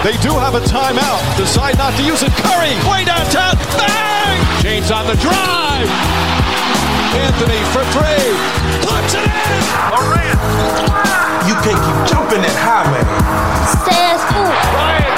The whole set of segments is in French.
They do have a timeout. Decide not to use it. Curry, way downtown. Bang! James on the drive. Anthony for three. Puts it in. Durant. You can't keep jumping that high, man. Says who? Bryant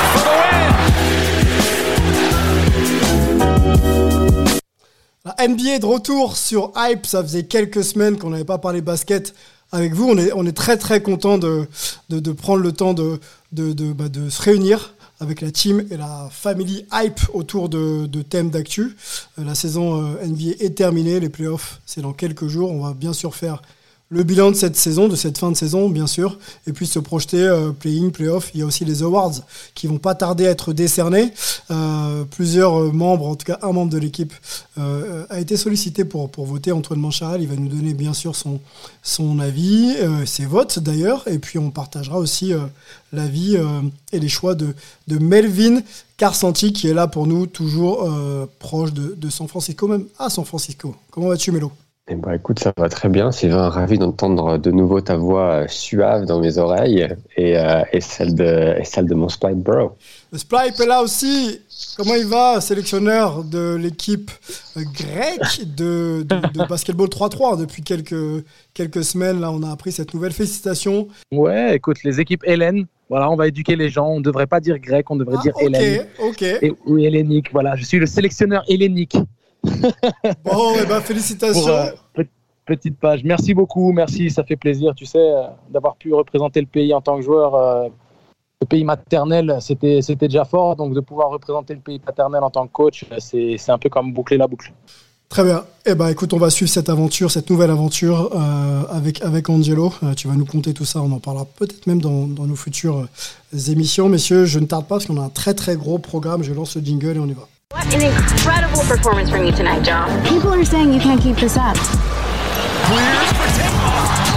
for the win. La NBA est de retour sur Hype. Ça faisait quelques semaines qu'on n'avait pas parlé basket avec vous. On est très très content de prendre le temps de se réunir avec la team et la family Hype autour de thèmes d'actu. La saison NBA est terminée, les playoffs c'est dans quelques jours. On va bien sûr faire le bilan de cette saison, de cette fin de saison bien sûr, et puis se projeter play-in, play-off. Il y a aussi les awards qui vont pas tarder à être décernés. Plusieurs membres, en tout cas un membre de l'équipe a été sollicité pour voter. Antoine Mancharal, il va nous donner bien sûr son avis, ses votes d'ailleurs, et puis on partagera aussi l'avis et les choix de Melvin Carsanti qui est là pour nous, toujours proche de San Francisco, même à San Francisco. Comment vas-tu, Mélo ? Eh ben, écoute, ça va très bien. Sylvain, ravi d'entendre de nouveau ta voix suave dans mes oreilles et celle de mon Splipe Bro. Le Splipe est là aussi. Comment il va, sélectionneur de l'équipe grecque de basketball 3-3 depuis quelques semaines. Là, on a appris cette nouvelle. Félicitations. Ouais, écoute, les équipes Hélène. Voilà, on va éduquer les gens. On ne devrait pas dire grec, on devrait dire Hélène. Ok. Ou hellénique. Voilà, je suis le sélectionneur hellénique. Bon, et ben félicitations. Pour, petite page. Merci beaucoup, merci, ça fait plaisir, tu sais, d'avoir pu représenter le pays en tant que joueur. Le pays maternel, c'était déjà fort, donc de pouvoir représenter le pays paternel en tant que coach, c'est un peu comme boucler la boucle. Très bien. Eh ben, écoute, on va suivre cette nouvelle aventure avec Angelo. Tu vas nous conter tout ça. On en parlera peut-être même dans nos futures émissions. Messieurs, je ne tarde pas parce qu'on a un très très gros programme. Je lance le jingle et on y va. What an incredible performance from you tonight, John. People are saying you can't keep this up. Clears for tip-off.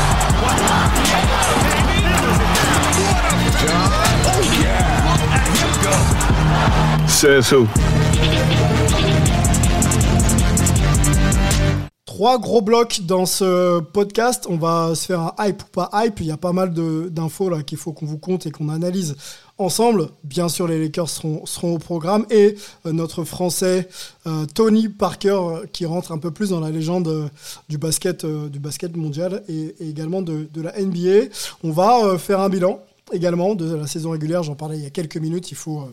Oh, yeah. Look at him go. Says who? 3 gros blocs dans ce podcast. On va se faire un hype ou pas hype. Il y a pas mal d'infos là qu'il faut qu'on vous compte et qu'on analyse ensemble. Bien sûr, les Lakers seront au programme et notre Français Tony Parker qui rentre un peu plus dans la légende du basket mondial et également de la NBA. On va faire un bilan également de la saison régulière. J'en parlais il y a quelques minutes. Il faut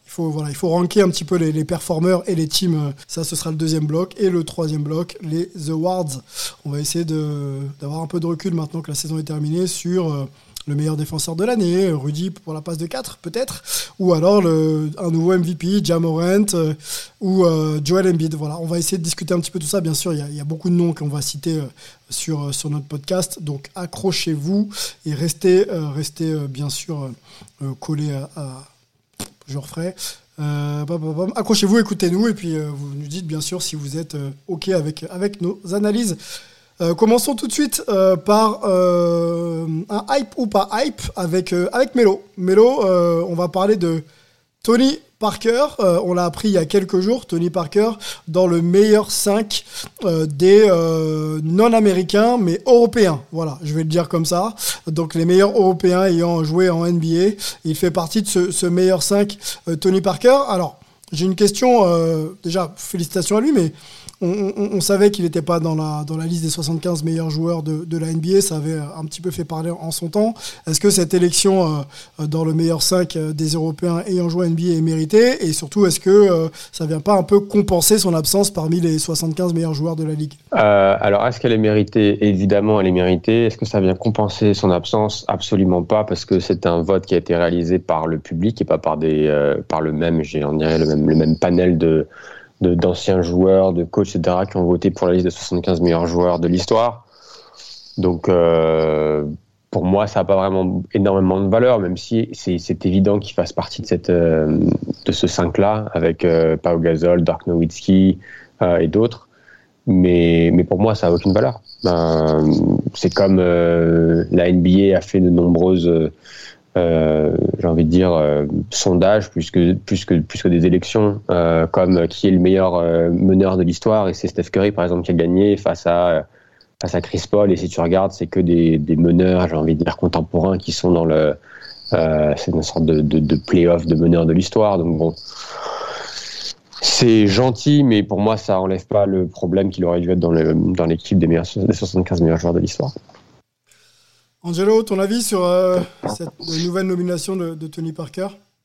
ranker un petit peu les performeurs et les teams. Ça, ce sera le deuxième bloc. Et le troisième bloc, les awards. On va essayer d'avoir un peu de recul maintenant que la saison est terminée sur le meilleur défenseur de l'année, Rudy pour la passe de 4 peut-être, ou alors un nouveau MVP, Ja Morant ou Joel Embiid. Voilà, on va essayer de discuter un petit peu tout ça. Bien sûr, il y a beaucoup de noms qu'on va citer sur notre podcast. Donc accrochez-vous et restez bien sûr collés à je referai. Accrochez-vous, écoutez-nous et puis vous nous dites bien sûr si vous êtes OK avec nos analyses. Commençons tout de suite par un hype ou pas hype avec Mélo. Mélo, on va parler de Tony Parker. On l'a appris il y a quelques jours. Tony Parker dans le meilleur 5 des non-américains, mais européens. Voilà, je vais le dire comme ça. Donc les meilleurs européens ayant joué en NBA. Il fait partie de ce meilleur 5, Tony Parker. Alors, j'ai une question. Déjà, félicitations à lui, mais on savait qu'il n'était pas dans la liste des 75 meilleurs joueurs de la NBA. Ça avait un petit peu fait parler en son temps. Est-ce que cette élection dans le meilleur 5 des Européens ayant joué à NBA est méritée? Et surtout, est-ce que ça ne vient pas un peu compenser son absence parmi les 75 meilleurs joueurs de la Ligue? Alors, est-ce qu'elle est méritée? Évidemment, elle est méritée. Est-ce que ça vient compenser son absence? Absolument pas, parce que c'est un vote qui a été réalisé par le public et pas par le même panel d'anciens joueurs, de coachs, etc., qui ont voté pour la liste des 75 meilleurs joueurs de l'histoire. Donc, pour moi, ça n'a pas vraiment énormément de valeur, même si c'est évident qu'il fasse partie de ce 5-là, avec Pau Gasol, Dirk Nowitzki et d'autres. Mais pour moi, ça n'a aucune valeur. C'est comme la NBA a fait de nombreuses... j'ai envie de dire sondages plus que des élections, comme qui est le meilleur meneur de l'histoire, et c'est Steph Curry par exemple qui a gagné face à Chris Paul. Et si tu regardes, c'est que des meneurs, j'ai envie de dire contemporains, qui sont dans C'est une sorte de play-off de meneur de l'histoire. Donc bon, c'est gentil, mais pour moi, ça enlève pas le problème qu'il aurait dû être dans l'équipe des 75 meilleurs joueurs de l'histoire. Angelo, ton avis sur cette nouvelle nomination de Tony Parker ?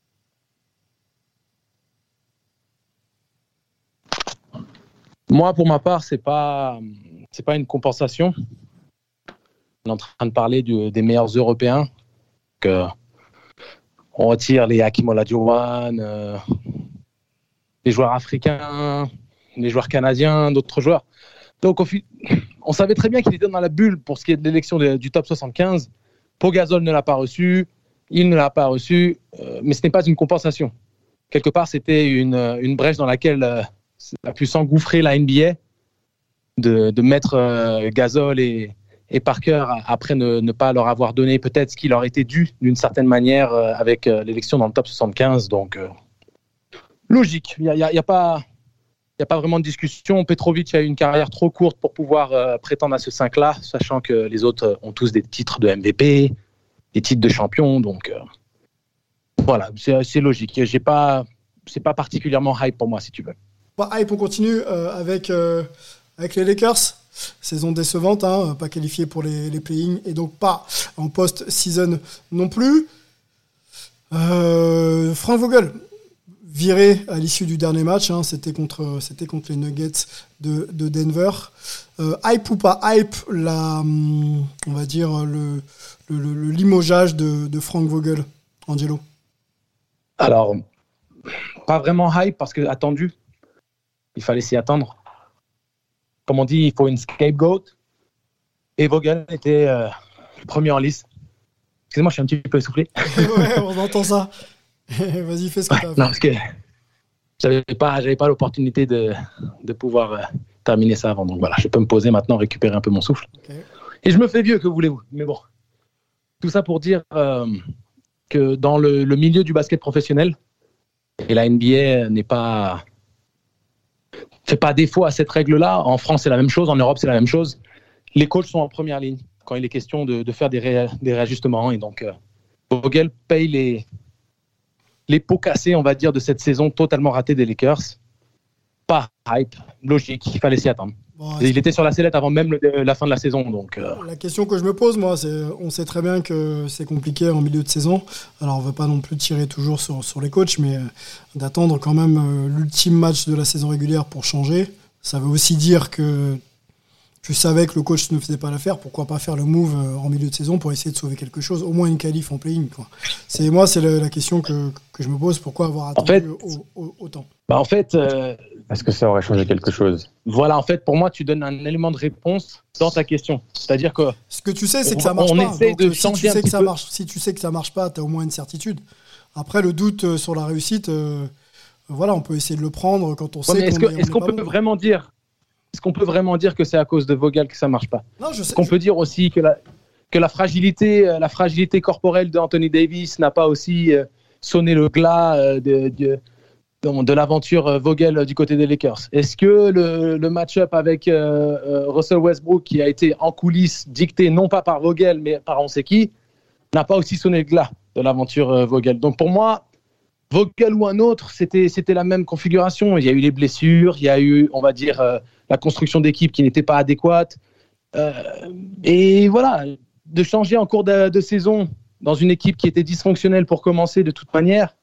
Moi, pour ma part, c'est pas une compensation. On est en train de parler des meilleurs Européens. On retire les Hakim Olajuwon, les joueurs africains, les joueurs canadiens, d'autres joueurs. Donc, on savait très bien qu'il était dans la bulle pour ce qui est de l'élection du top 75. Pau-Gasol ne l'a pas reçu, il ne l'a pas reçu, mais ce n'est pas une compensation. Quelque part, c'était une brèche dans laquelle a pu s'engouffrer la NBA de mettre Gasol et Parker après ne pas leur avoir donné peut-être ce qui leur était dû d'une certaine manière avec l'élection dans le top 75. Donc, logique. Il n'y a pas vraiment de discussion. Petrovic a eu une carrière trop courte pour pouvoir prétendre à ce 5-là, sachant que les autres ont tous des titres de MVP, des titres de champion. Donc, voilà, c'est logique. C'est pas particulièrement hype pour moi, si tu veux. Hype, on continue avec les Lakers. Saison décevante, pas qualifié pour les play-in et donc pas en post-season non plus. Frank Vogel, viré à l'issue du dernier match, c'était contre les Nuggets de Denver. Hype ou pas hype, on va dire le limogeage de Frank Vogel, Angelo? Alors, pas vraiment hype parce que attendu, il fallait s'y attendre. Comme on dit, il faut une scapegoat. Et Vogel était le premier en lice. Excusez-moi, je suis un petit peu essoufflé. Ouais, on entend ça. Vas-y, fais ce que tu as. Non, parce que j'avais pas l'opportunité de pouvoir terminer ça avant. Donc voilà, je peux me poser maintenant, récupérer un peu mon souffle. Okay. Et je me fais vieux, que voulez-vous. Mais bon, tout ça pour dire que dans le milieu du basket professionnel, et la NBA fait pas défaut à cette règle-là. En France, c'est la même chose. En Europe, c'est la même chose. Les coachs sont en première ligne quand il est question de faire des réajustements. Et donc, Vogel paye les pots cassés, on va dire, de cette saison totalement ratée des Lakers. Pas hype, logique. Il fallait s'y attendre. Bon, il était sur la sellette avant même la fin de la saison. Donc, La question que je me pose, moi, c'est on sait très bien que c'est compliqué en milieu de saison. Alors, on ne veut pas non plus tirer toujours sur les coachs, mais d'attendre quand même l'ultime match de la saison régulière pour changer. Ça veut aussi dire que tu savais que le coach ne faisait pas l'affaire. Pourquoi pas faire le move en milieu de saison pour essayer de sauver quelque chose, au moins une qualif en play-in, quoi. C'est la question que je me pose. Pourquoi avoir attendu autant? En fait, est-ce que ça aurait changé quelque chose? Voilà, en fait, pour moi, tu donnes un élément de réponse dans ta question. C'est-à-dire que ce que tu sais, c'est que ça marche pas. Donc, si tu sais que ça marche, si tu sais que ça marche pas, tu as au moins une certitude. Après, le doute sur la réussite, voilà, on peut essayer de le prendre quand on sait est-ce qu'on peut vraiment dire? Est-ce qu'on peut vraiment dire que c'est à cause de Vogel que ça marche pas? Non, je sais. Est-ce qu'on peut dire aussi que la fragilité corporelle d'Anthony Davis n'a pas aussi sonné le glas de l'aventure Vogel du côté des Lakers? Est-ce que le match-up avec Russell Westbrook, qui a été en coulisses dicté non pas par Vogel mais par on sait qui, n'a pas aussi sonné le glas de l'aventure Vogel? Donc pour moi, Vogel ou un autre, c'était la même configuration. Il y a eu les blessures, il y a eu, on va dire, la construction d'équipe qui n'était pas adéquate. Et voilà, de changer en cours de saison dans une équipe qui était dysfonctionnelle pour commencer de toute manière.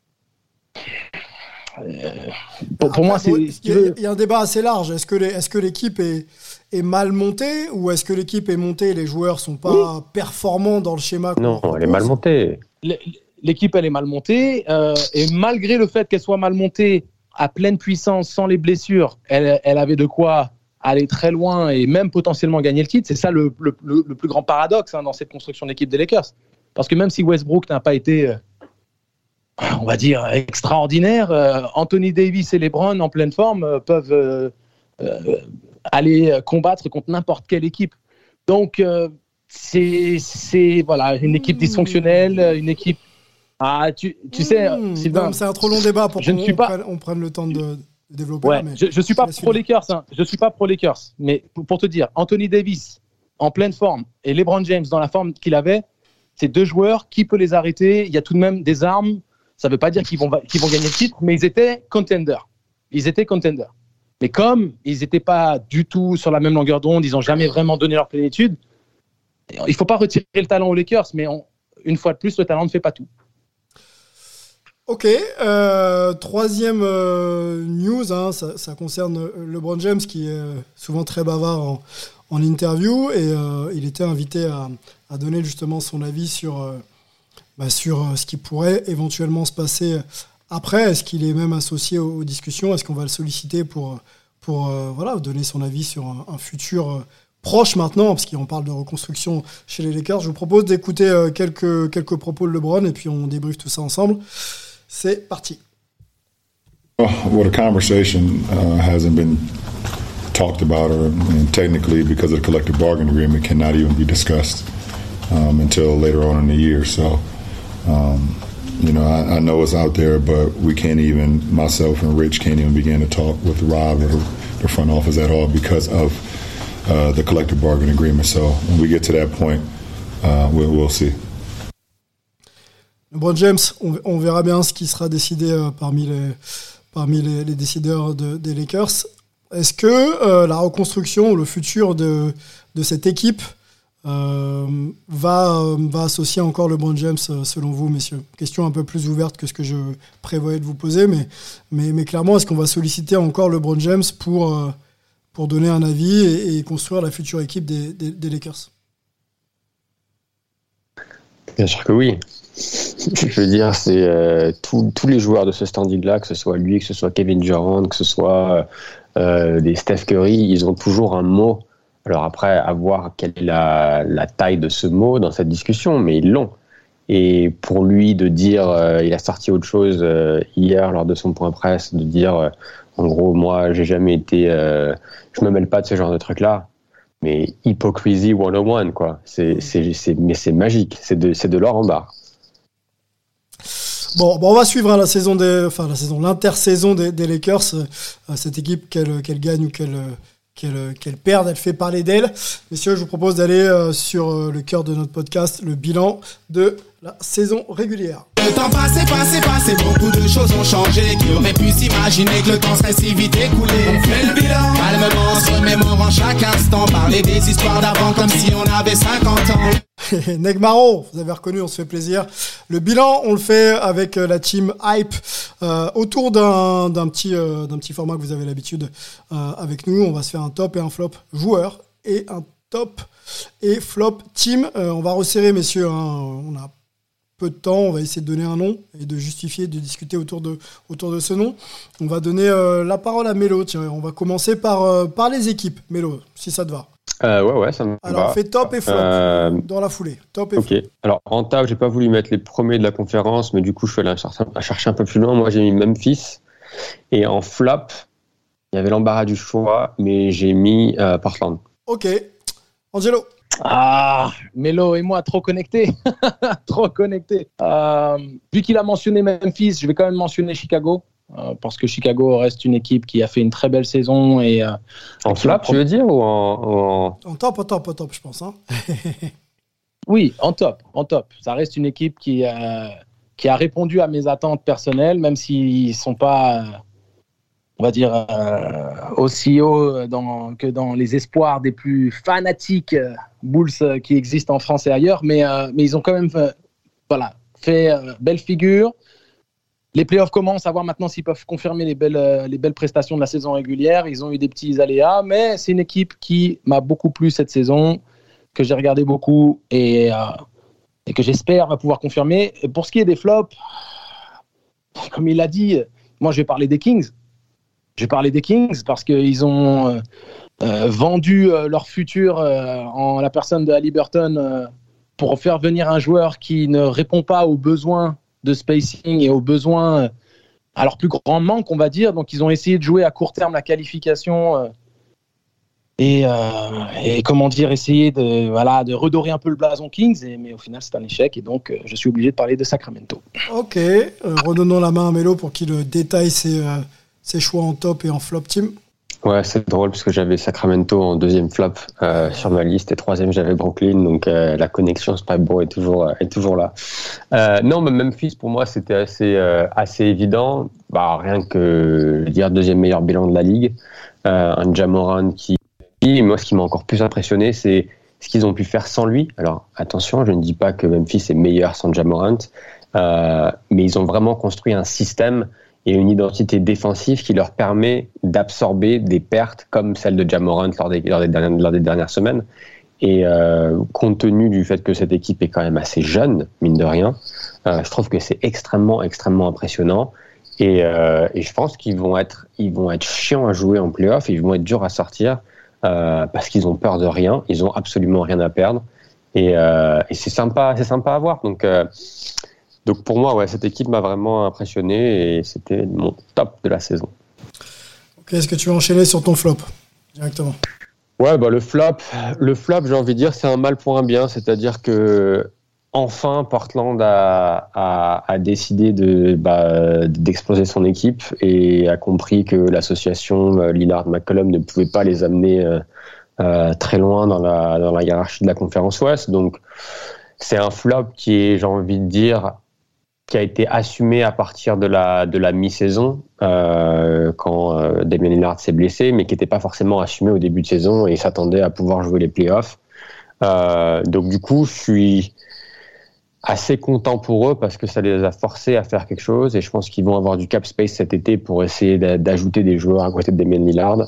Pour moi, il y a un débat assez large. Est-ce que l'équipe est mal montée ou est-ce que l'équipe est montée et les joueurs sont pas performants dans le schéma? Non, elle est mal montée. L'équipe, elle est mal montée. Et malgré le fait qu'elle soit mal montée à pleine puissance, sans les blessures, elle avait de quoi aller très loin et même potentiellement gagner le titre. C'est ça le plus grand paradoxe dans cette construction d'équipe des Lakers. Parce que même si Westbrook n'a pas été, on va dire, extraordinaire, Anthony Davis et LeBron en pleine forme peuvent aller combattre contre n'importe quelle équipe. Donc, c'est voilà, une équipe dysfonctionnelle, une équipe... Ah, tu sais, Sylvain... C'est un trop long débat pour qu'on prenne le temps de développer. Ouais, mais je ne suis pas pro-Lakers. Je ne suis pas pro-Lakers. Mais pour te dire, Anthony Davis en pleine forme et LeBron James dans la forme qu'il avait, ces deux joueurs, qui peut les arrêter? Il y a tout de même des armes. Ça ne veut pas dire qu'ils vont gagner le titre, mais ils étaient contenders. Mais comme ils n'étaient pas du tout sur la même longueur d'onde, ils n'ont jamais vraiment donné leur plénitude, il ne faut pas retirer le talent aux Lakers, mais une fois de plus, le talent ne fait pas tout. Ok, troisième news, hein, ça concerne LeBron James qui est souvent très bavard en interview et il était invité à donner justement son avis sur ce qui pourrait éventuellement se passer après. Est-ce qu'il est même associé aux discussions? Est-ce qu'on va le solliciter pour donner son avis sur un futur proche maintenant, parce qu'on parle de reconstruction chez les Lakers? Je vous propose d'écouter quelques propos de LeBron et puis on débriefe tout ça ensemble. C'est parti. Well, the conversation hasn't been talked about, and technically, because of the collective bargaining agreement, cannot even be discussed until later on in the year. So, I know it's out there, but we can't even, myself and Rich can't even begin to talk with Rob or the front office at all because of the collective bargaining agreement. So when we get to that point, we'll see. LeBron James, on verra bien ce qui sera décidé parmi les décideurs des Lakers. Est-ce que la reconstruction ou le futur de cette équipe va associer encore LeBron James selon vous, messieurs? Question un peu plus ouverte que ce que je prévoyais de vous poser, mais clairement, est-ce qu'on va solliciter encore LeBron James pour donner un avis et construire la future équipe des Lakers? Bien sûr que oui. Je veux dire, c'est tous les joueurs de ce standing-là, que ce soit lui, que ce soit Kevin Durant, que ce soit des Steph Curry, ils ont toujours un mot. Alors après, à voir quelle est la taille de ce mot dans cette discussion, mais ils l'ont. Et pour lui de dire, il a sorti autre chose hier lors de son point presse, de dire, en gros, moi, j'ai jamais été, je me mêle pas de ce genre de trucs-là. Mais hypocrisie 101, quoi. Mais c'est magique, c'est de l'or en barre. Bon, on va suivre l'intersaison des Lakers. Cette équipe, qu'elle gagne ou qu'elle perde, elle fait parler d'elle. Messieurs, je vous propose d'aller sur le cœur de notre podcast, le bilan de la saison régulière. Le temps passé, beaucoup de choses ont changé. Qui aurait pu s'imaginer que le temps serait si vite écoulé? On fait le bilan, calmement, en se remémorant chaque instant. Parler des histoires d'avant comme si on avait 50 ans. Negmaro, vous avez reconnu, on se fait plaisir. Le bilan, on le fait avec la team Hype autour d'un petit format que vous avez l'habitude avec nous. On va se faire un top et un flop joueur et un top et flop team. On va resserrer, messieurs, hein, on a peu de temps, on va essayer de donner un nom et de justifier, de discuter autour de ce nom. On va donner la parole à Mélo. Tiens, on va commencer par les équipes. Mélo, si ça te va. Ouais, ça me va. Alors, on fait top et flop dans la foulée. Top et flop. Ok. Alors, en top, j'ai pas voulu mettre les premiers de la conférence, mais du coup, je suis allé chercher un peu plus loin. Moi, j'ai mis Memphis. Et en flop, il y avait l'embarras du choix, mais j'ai mis Portland. Ok. Angelo. Mélo et moi, trop connectés. Trop connectés. Vu qu'il a mentionné Memphis, je vais quand même mentionner Chicago. Parce que Chicago reste une équipe qui a fait une très belle saison. En flop, tu veux dire, ou en top, je pense. Hein. Oui, en top. Ça reste une équipe qui a répondu à mes attentes personnelles, même s'ils ne sont pas, on va dire, aussi haut que dans les espoirs des plus fanatiques Bulls qui existent en France et ailleurs. Mais ils ont quand même fait belle figure. Les playoffs commencent à voir maintenant s'ils peuvent confirmer les belles prestations de la saison régulière. Ils ont eu des petits aléas, mais c'est une équipe qui m'a beaucoup plu cette saison, que j'ai regardé beaucoup et que j'espère va pouvoir confirmer. Et pour ce qui est des flops, comme il l'a dit, moi je vais parler des Kings. Je vais parler des Kings parce qu'ils ont vendu leur futur en la personne de Haliburton pour faire venir un joueur qui ne répond pas aux besoins de spacing et aux besoins, à leur plus grand manque, on va dire. Donc, ils ont essayé de jouer à court terme la qualification et comment dire, essayer de redorer un peu le blason Kings. Mais au final, c'est un échec. Et donc, je suis obligé de parler de Sacramento. Ok. Redonnons la main à Mélo pour qu'il détaille ses choix en top et en flop team. Ouais, c'est drôle parce que j'avais Sacramento en deuxième flop sur ma liste et troisième j'avais Brooklyn, donc la connexion Spybo est toujours là. Non, mais Memphis pour moi c'était assez évident. Rien que dire deuxième meilleur bilan de la ligue, un Ja Morant qui moi ce qui m'a encore plus impressionné c'est ce qu'ils ont pu faire sans lui. Alors attention, je ne dis pas que Memphis est meilleur sans Ja Morant, mais ils ont vraiment construit un système et une identité défensive qui leur permet d'absorber des pertes comme celle de Ja Morant lors des dernières semaines. Et compte tenu du fait que cette équipe est quand même assez jeune, mine de rien, je trouve que c'est extrêmement, extrêmement impressionnant. Et je pense qu'ils vont être chiants à jouer en play-off, ils vont être durs à sortir parce qu'ils ont peur de rien, ils ont absolument rien à perdre. Et c'est sympa à voir. Donc pour moi, ouais, cette équipe m'a vraiment impressionné et c'était mon top de la saison. Ok, est-ce que tu veux enchaîner sur ton flop directement ? Ouais, le flop, j'ai envie de dire, c'est un mal pour un bien, c'est-à-dire que enfin Portland a décidé d'exploser son équipe et a compris que l'association Lillard-McCollum ne pouvait pas les amener très loin dans la hiérarchie de la conférence Ouest. Donc c'est un flop qui est, j'ai envie de dire, qui a été assumé à partir de la mi-saison quand Damian Lillard s'est blessé, mais qui n'était pas forcément assumé au début de saison et s'attendait à pouvoir jouer les playoffs. Donc du coup, je suis assez content pour eux parce que ça les a forcés à faire quelque chose et je pense qu'ils vont avoir du cap space cet été pour essayer d'ajouter des joueurs à côté de Damian Lillard.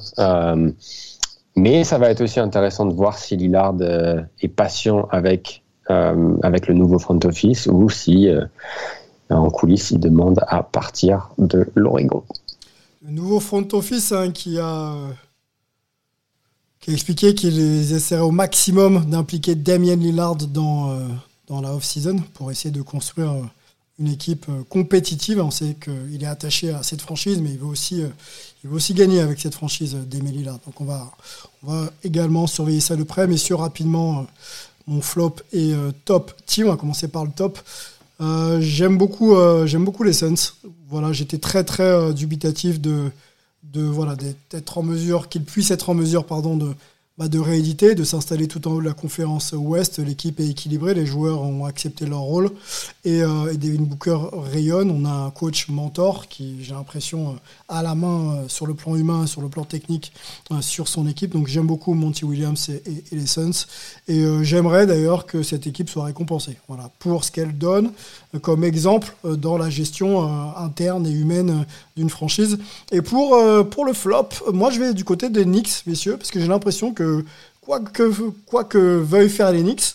Mais ça va être aussi intéressant de voir si Lillard est patient avec le nouveau front office ou si en coulisses il demande à partir de l'Oregon. Le nouveau front office qui a expliqué qu'il essaierait au maximum d'impliquer Damian Lillard dans la off-season pour essayer de construire une équipe compétitive. On sait qu'il est attaché à cette franchise, mais il veut aussi gagner avec cette franchise Damian Lillard. Donc on va également surveiller ça de près, messieurs, rapidement. Mon flop et top team. On va commencer par le top. J'aime beaucoup les Suns. Voilà, j'étais très très dubitatif d'être en mesure, qu'ils puissent être en mesure, de rééditer, de s'installer tout en haut de la conférence Ouest. L'équipe est équilibrée, les joueurs ont accepté leur rôle et Devin Booker rayonne. On a un coach mentor qui, j'ai l'impression, a la main sur le plan humain, sur le plan technique, sur son équipe. Donc j'aime beaucoup Monty Williams et les Suns. Et j'aimerais d'ailleurs que cette équipe soit récompensée, voilà, pour ce qu'elle donne comme exemple dans la gestion interne et humaine d'une franchise. Et pour le flop, moi je vais du côté des Knicks, messieurs, parce que j'ai l'impression que quoi que veuillent faire les Knicks,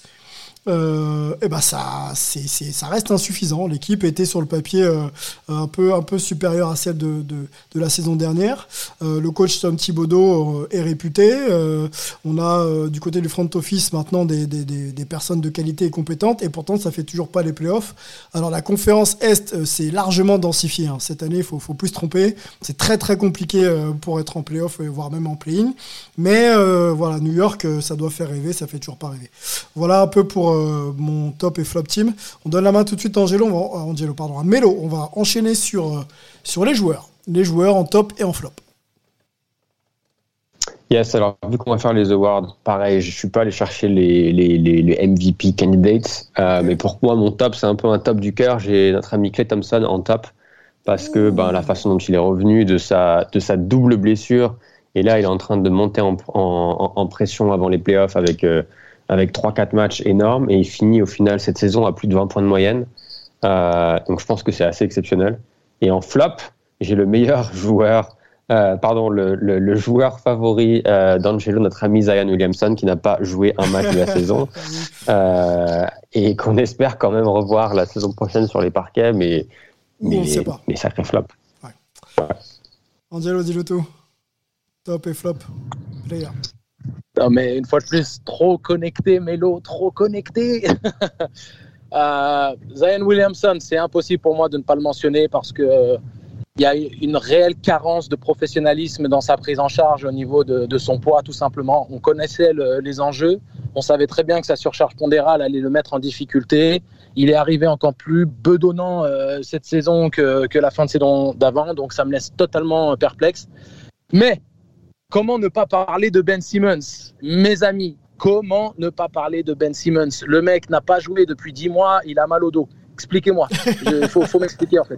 ça reste insuffisant. L'équipe était sur le papier un peu supérieure à celle de la saison dernière. Le coach Tom Thibodeau est réputé. On a du côté du front office maintenant des personnes de qualité et compétentes, et pourtant ça fait toujours pas les playoffs. Alors la conférence Est c'est largement densifié. Cette année, faut plus se tromper. C'est très très compliqué pour être en playoff, voire même en play-in. Mais voilà, New York, ça doit faire rêver, ça fait toujours pas rêver. Voilà un peu pour mon top et flop team. On donne la main tout de suite à à Melo. On va enchaîner sur les joueurs. Les joueurs en top et en flop. Yes, alors vu qu'on va faire les awards, pareil, je ne suis pas allé chercher les MVP candidates, mais pour moi, mon top, c'est un peu un top du cœur. J'ai notre ami Klay Thompson en top parce que la façon dont il est revenu de sa double blessure, et là, il est en train de monter en pression avant les playoffs avec 3-4 matchs énormes, et il finit au final cette saison à plus de 20 points de moyenne. Donc je pense que c'est assez exceptionnel. Et en flop, j'ai le meilleur joueur, le joueur favori d'Angelo, notre ami Zion Williamson, qui n'a pas joué un match de la saison, et qu'on espère quand même revoir la saison prochaine sur les parquets, mais sacré flop. Ouais. Angelo, dis-le tout. Top et flop player. Non, mais une fois de plus, trop connecté, Melo, trop connecté. Zion Williamson, c'est impossible pour moi de ne pas le mentionner parce que il y a une réelle carence de professionnalisme dans sa prise en charge au niveau de son poids, tout simplement. On connaissait les enjeux, on savait très bien que sa surcharge pondérale allait le mettre en difficulté. Il est arrivé encore plus bedonnant cette saison que la fin de saison d'avant, donc ça me laisse totalement perplexe. Mais comment ne pas parler de Ben Simmons? Mes amis, comment ne pas parler de Ben Simmons? Le mec n'a pas joué depuis 10 mois, il a mal au dos. Expliquez-moi. Il faut m'expliquer, en fait.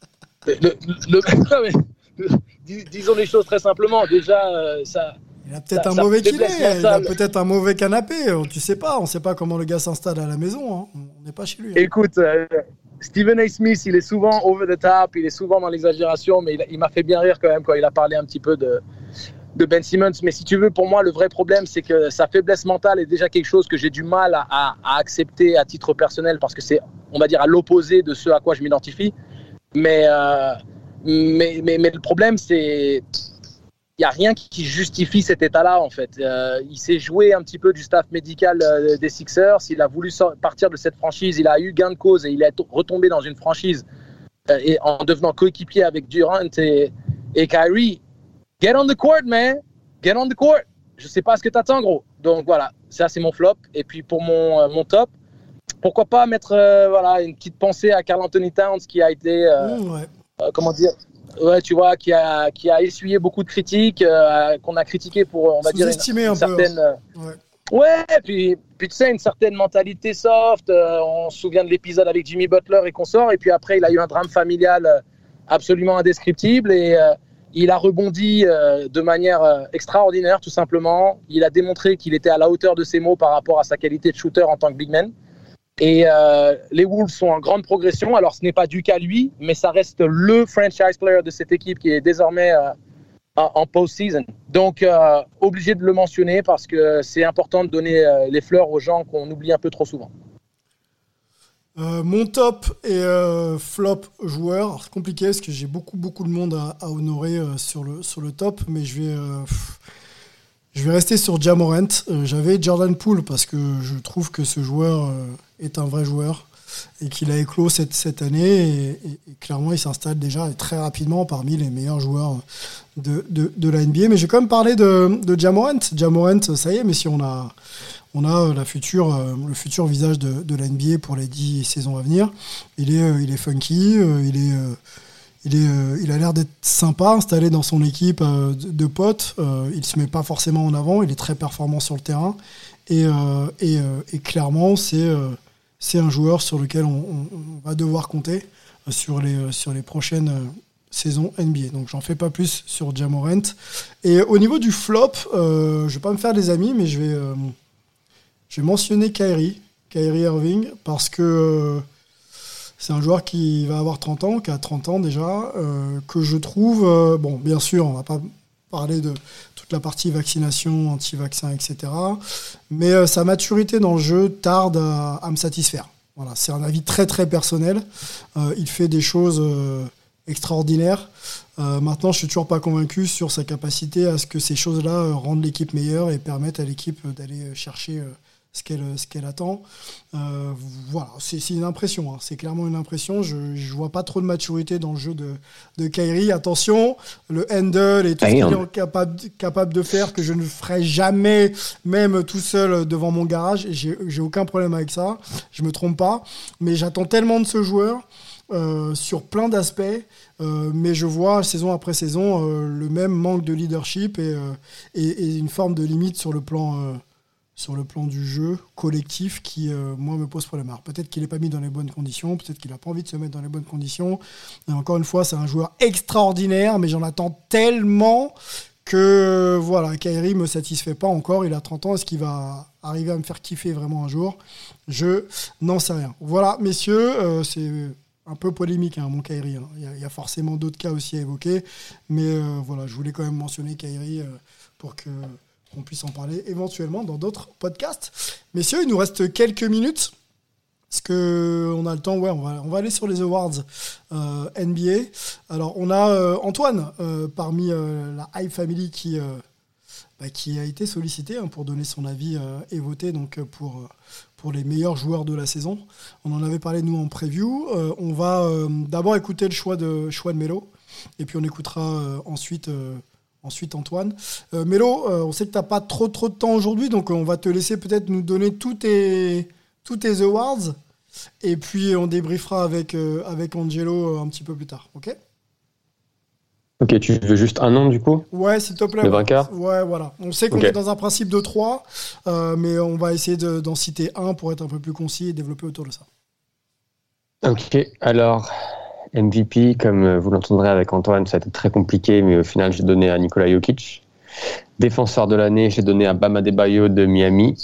Disons les choses très simplement. Déjà, ça... Il a peut-être un mauvais kiné, il a peut-être un mauvais canapé. Tu sais pas, on sait pas comment le gars s'installe à la maison. Hein. On n'est pas chez lui. Hein. Écoute, Stephen A. Smith, il est souvent over the top, il est souvent dans l'exagération, mais il m'a fait bien rire quand même quand il a parlé un petit peu de Ben Simmons. Mais si tu veux, pour moi, le vrai problème, c'est que sa faiblesse mentale est déjà quelque chose que j'ai du mal à accepter à titre personnel parce que c'est, on va dire, à l'opposé de ce à quoi je m'identifie. Mais le problème, c'est... Il n'y a rien qui justifie cet état-là, en fait. Il s'est joué un petit peu du staff médical des Sixers. Il a voulu partir de cette franchise. Il a eu gain de cause et il est retombé dans une franchise et en devenant coéquipier avec Durant et Kyrie. Get on the court, man. Get on the court. Je ne sais pas ce que tu attends, gros. Donc, voilà. Ça, c'est mon flop. Et puis, pour mon top, pourquoi pas mettre une petite pensée à Karl Anthony Towns qui a été... comment dire ? Ouais, tu vois, qui a essuyé beaucoup de critiques, qu'on a critiqué pour, on va dire, une certaine... Ouais, puis tu sais, une certaine mentalité soft. On se souvient de l'épisode avec Jimmy Butler et consorts. Et puis après, il a eu un drame familial absolument indescriptible. Et il a rebondi de manière extraordinaire, tout simplement. Il a démontré qu'il était à la hauteur de ses mots par rapport à sa qualité de shooter en tant que big man. Et les Wolves sont en grande progression. Alors, ce n'est pas dû qu'à lui, mais ça reste le franchise player de cette équipe qui est désormais en post-season. Donc, obligé de le mentionner parce que c'est important de donner les fleurs aux gens qu'on oublie un peu trop souvent. Mon top et flop joueur. Alors, c'est compliqué parce que j'ai beaucoup de monde à honorer sur le top, mais je vais rester sur Ja Morant. J'avais Jordan Poole parce que je trouve que ce joueur est un vrai joueur et qu'il a éclos cette année et clairement il s'installe déjà très rapidement parmi les meilleurs joueurs de la NBA. Mais j'ai quand même parlé de Ja Morant. Ja Morant, ça y est, mais si on a le futur visage de la NBA pour les 10 saisons à venir. Il est funky, il a l'air d'être sympa, installé dans son équipe de potes. Il se met pas forcément en avant. Il est très performant sur le terrain. Et clairement, c'est un joueur sur lequel on va devoir compter sur les prochaines saisons NBA. Donc, j'en fais pas plus sur Ja Morant. Et au niveau du flop, je vais pas me faire des amis, mais je vais mentionner Kyrie Irving, parce que c'est un joueur qui va avoir 30 ans, qui a 30 ans déjà, que je trouve... bon, bien sûr, on ne va pas parler de toute la partie vaccination, anti-vaccin, etc. Mais sa maturité dans le jeu tarde à me satisfaire. Voilà, c'est un avis très, très personnel. Il fait des choses extraordinaires. Maintenant, je ne suis toujours pas convaincu sur sa capacité à ce que ces choses-là rendent l'équipe meilleure et permettent à l'équipe d'aller chercher... ce qu'elle attend. Voilà, c'est une impression, hein. C'est clairement une impression. Je vois pas trop de maturité dans le jeu de Kyrie. Attention, le handle et tout ce qu'il est capable de faire, que je ne ferai jamais, même tout seul devant mon garage. J'ai aucun problème avec ça. Je me trompe pas. Mais j'attends tellement de ce joueur sur plein d'aspects. Mais je vois saison après saison le même manque de leadership et une forme de limite sur le plan du jeu collectif qui, moi, me pose problème. Alors, peut-être qu'il n'est pas mis dans les bonnes conditions, peut-être qu'il n'a pas envie de se mettre dans les bonnes conditions. Et encore une fois, c'est un joueur extraordinaire, mais j'en attends tellement que, voilà, Kyrie ne me satisfait pas encore. Il a 30 ans, est-ce qu'il va arriver à me faire kiffer vraiment un jour ? Je n'en sais rien. Voilà, messieurs, c'est un peu polémique, hein, mon Kyrie. Hein. Il y a forcément d'autres cas aussi à évoquer, mais voilà, je voulais quand même mentionner Kyrie pour qu'on puisse en parler éventuellement dans d'autres podcasts. Messieurs, il nous reste quelques minutes. Est-ce qu'on a le temps ? Ouais, on va aller sur les awards NBA. Alors, on a Antoine parmi la Hype Family qui a été sollicité pour donner son avis et voter donc, pour les meilleurs joueurs de la saison. On en avait parlé, nous, en preview. On va d'abord écouter le choix de Melo, et puis on écoutera ensuite Antoine. Melo, on sait que tu n'as pas trop de temps aujourd'hui, donc on va te laisser peut-être nous donner tous tes awards, et puis on débriefera avec Angelo un petit peu plus tard, ok ? Ok, tu veux juste un nom du coup? Ouais, s'il te plaît. Le vainqueur? Ouais, voilà. On sait qu'on est dans un principe de 3, mais on va essayer d'en citer un pour être un peu plus concis et développer autour de ça. Ok, alors MVP, comme vous l'entendrez avec Antoine, ça a été très compliqué, mais au final, j'ai donné à Nikola Jokic. Défenseur de l'année, j'ai donné à Bam Adebayo de Miami.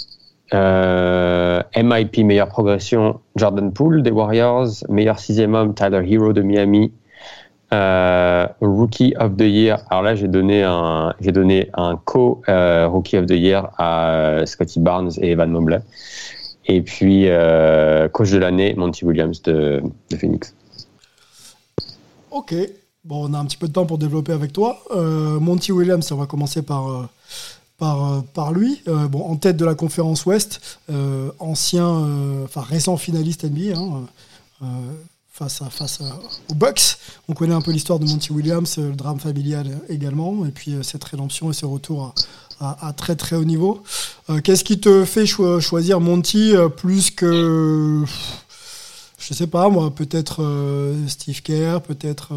MIP, meilleure progression, Jordan Poole des Warriors. Meilleur 6e homme, Tyler Hero de Miami. Rookie of the Year, alors là j'ai donné un Rookie of the Year à Scottie Barnes et Evan Mobley. Et puis coach de l'année, Monty Williams de Phoenix. Ok, bon, on a un petit peu de temps pour développer avec toi. Monty Williams, on va commencer par lui. Bon, en tête de la conférence Ouest, récent finaliste NBA, face aux Bucks. On connaît un peu l'histoire de Monty Williams, le drame familial également, et puis cette rédemption et ce retour à très très haut niveau. Qu'est-ce qui te fait choisir Monty plus que, je sais pas moi, peut-être Steve Kerr, peut-être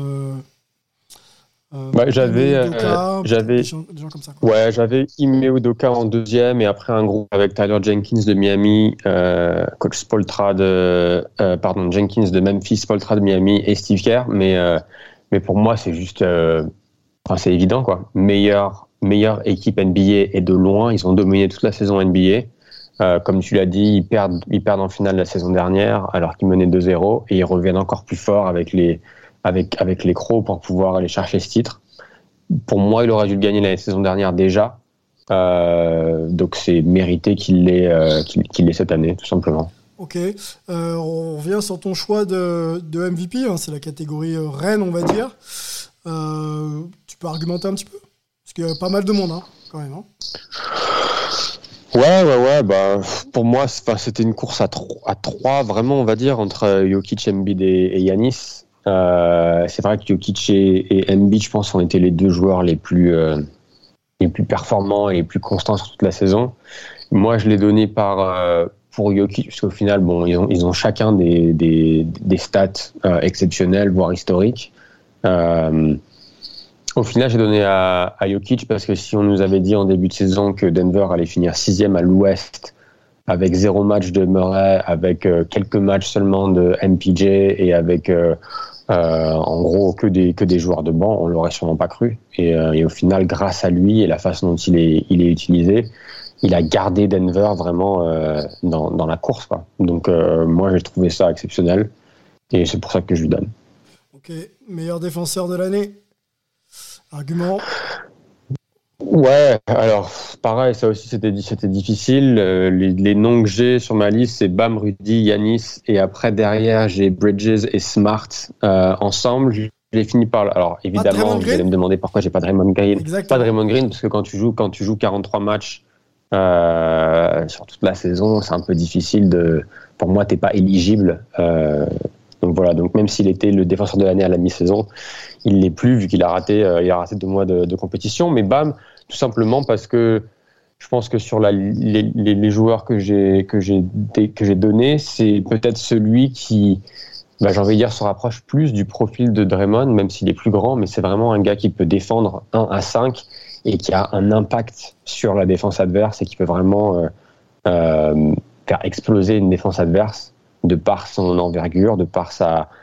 j'avais des gens comme ça, quoi. Ouais, j'avais Ime Udoka en deuxième et après un groupe avec Tyler Jenkins de Miami, coach Spoelstra Jenkins de Memphis, Spoelstra de Miami et Steve Kerr, mais pour moi c'est juste c'est évident quoi. Meilleure équipe NBA et de loin, ils ont dominé toute la saison NBA. Comme tu l'as dit, ils perdent en finale la saison dernière alors qu'ils menaient 2-0 et ils reviennent encore plus fort avec les Crocs pour pouvoir aller chercher ce titre. Pour moi, il aurait dû le gagner la saison dernière déjà. Donc c'est mérité qu'il l'ait cette année, tout simplement. Ok. On revient sur ton choix de MVP. C'est la catégorie reine, on va dire. Tu peux argumenter un petit peu? Parce qu'il y a pas mal de monde, quand même. Ouais. Pour moi, c'était une course à 3, vraiment, on va dire, entre Jokic, Embiid et Giannis. C'est vrai que Jokic et Embiid, je pense, ont été les deux joueurs les plus performants et les plus constants sur toute la saison. Moi, je l'ai donné pour Jokic, parce qu'au final, bon, ils ont chacun des stats exceptionnelles, voire historiques. Au final, j'ai donné à Jokic parce que si on nous avait dit en début de saison que Denver allait finir 6e à l'Ouest avec 0 match de Murray, avec quelques matchs seulement de MPJ et avec en gros que des joueurs de banc, on l'aurait sûrement pas cru. Et au final, grâce à lui et la façon dont il est utilisé, il a gardé Denver vraiment dans la course, quoi. Donc moi, j'ai trouvé ça exceptionnel et c'est pour ça que je lui donne. Ok, meilleur défenseur de l'année. Argument? Ouais, alors pareil, ça aussi c'était difficile. Les noms que j'ai sur ma liste, c'est Bam, Rudy, Giannis, et après derrière j'ai Bridges et Smart ensemble. Je l'ai fini par. Alors évidemment, vous allez me demander pourquoi j'ai pas Draymond Green. Exactement. Pas Draymond Green parce que quand tu joues 43 matchs sur toute la saison, c'est un peu difficile pour moi, t'es pas éligible. Donc voilà, donc même s'il était le défenseur de l'année à la mi-saison, il l'est plus vu qu'il a raté 2 mois de compétition. Mais Bam, tout simplement parce que je pense que sur les joueurs que j'ai donnés, c'est peut-être celui qui, j'ai envie de dire, se rapproche plus du profil de Draymond, même s'il est plus grand, mais c'est vraiment un gars qui peut défendre 1 à 5 et qui a un impact sur la défense adverse et qui peut vraiment faire exploser une défense adverse de par son envergure, de par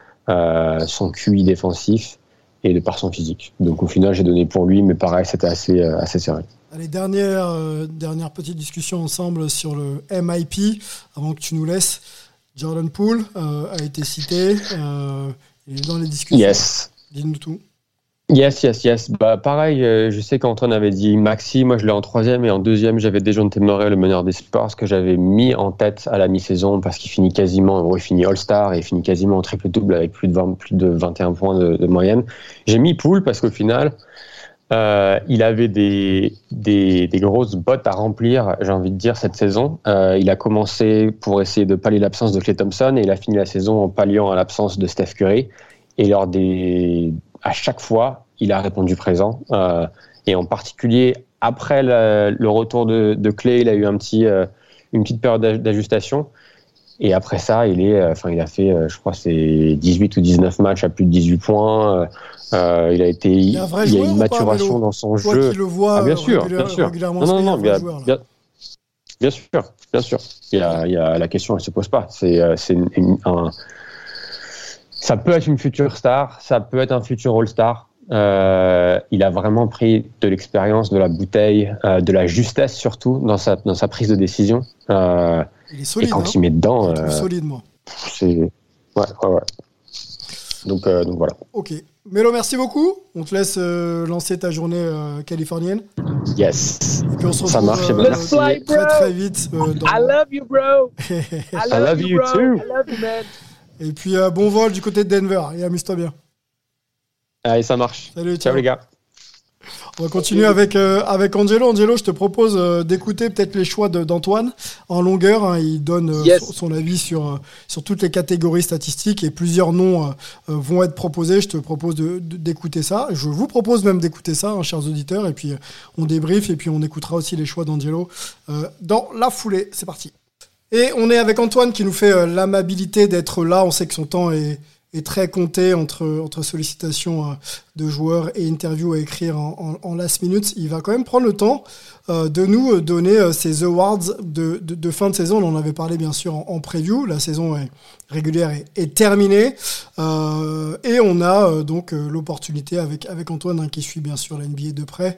son QI défensif et de par son physique. Donc au final, j'ai donné pour lui, mais pareil, c'était assez serré. Allez, dernière petite discussion ensemble sur le MIP, avant que tu nous laisses. Jordan Poole a été cité, il est dans les discussions. Yes. Dis-nous tout. Yes. Pareil, je sais qu'Antoine avait dit Maxi, moi je l'ai en 3e et en 2e j'avais Dejounte Murray, le meneur des Spurs, que j'avais mis en tête à la mi-saison parce qu'il finit quasiment, il finit All-Star et il finit quasiment en triple-double avec plus de 21 points de moyenne. J'ai mis Poole parce qu'au final, il avait des grosses bottes à remplir, j'ai envie de dire, cette saison. Il a commencé pour essayer de pallier l'absence de Klay Thompson et il a fini la saison en palliant à l'absence de Steph Curry. Et à chaque fois, il a répondu présent. Et en particulier, après le retour de Klay, il a eu une petite période d'ajustation. Et après ça, il a fait, je crois, c'est 18 ou 19 matchs à plus de 18 points. Il a une maturation dans son jeu. Qui le vois bien sûr. Régulièrement. Bien sûr. La question, elle se pose pas. Ça peut être une future star, ça peut être un futur All-Star. Il a vraiment pris de l'expérience, de la bouteille, de la justesse surtout dans sa prise de décision. Il est solide. Et quand il met dedans, solide, moi. C'est ouais. Donc voilà. Ok. Mélo, merci beaucoup. On te laisse lancer ta journée californienne. Yes. Et puis on se retrouve, ça marche. Très vite. I love you, bro. I love you too. I love you, man. Et puis bon vol du côté de Denver. Et amuse-toi bien. Allez, ça marche. Salut, ciao les gars. On va continuer avec Angelo. Angelo, je te propose d'écouter peut-être les choix d'Antoine en longueur. Hein. Il donne son avis sur toutes les catégories statistiques et plusieurs noms vont être proposés. Je te propose d'écouter ça. Je vous propose même d'écouter ça, hein, chers auditeurs. Et puis on débrief et puis on écoutera aussi les choix d'Angelo dans la foulée. C'est parti. Et on est avec Antoine qui nous fait l'amabilité d'être là. On sait que son temps est très compté entre sollicitations de joueurs et interviews à écrire en last minute. Il va quand même prendre le temps de nous donner ces awards de fin de saison. On en avait parlé bien sûr en preview. La saison régulière est terminée. Et on a donc l'opportunité avec Antoine, hein, qui suit bien sûr la NBA de près,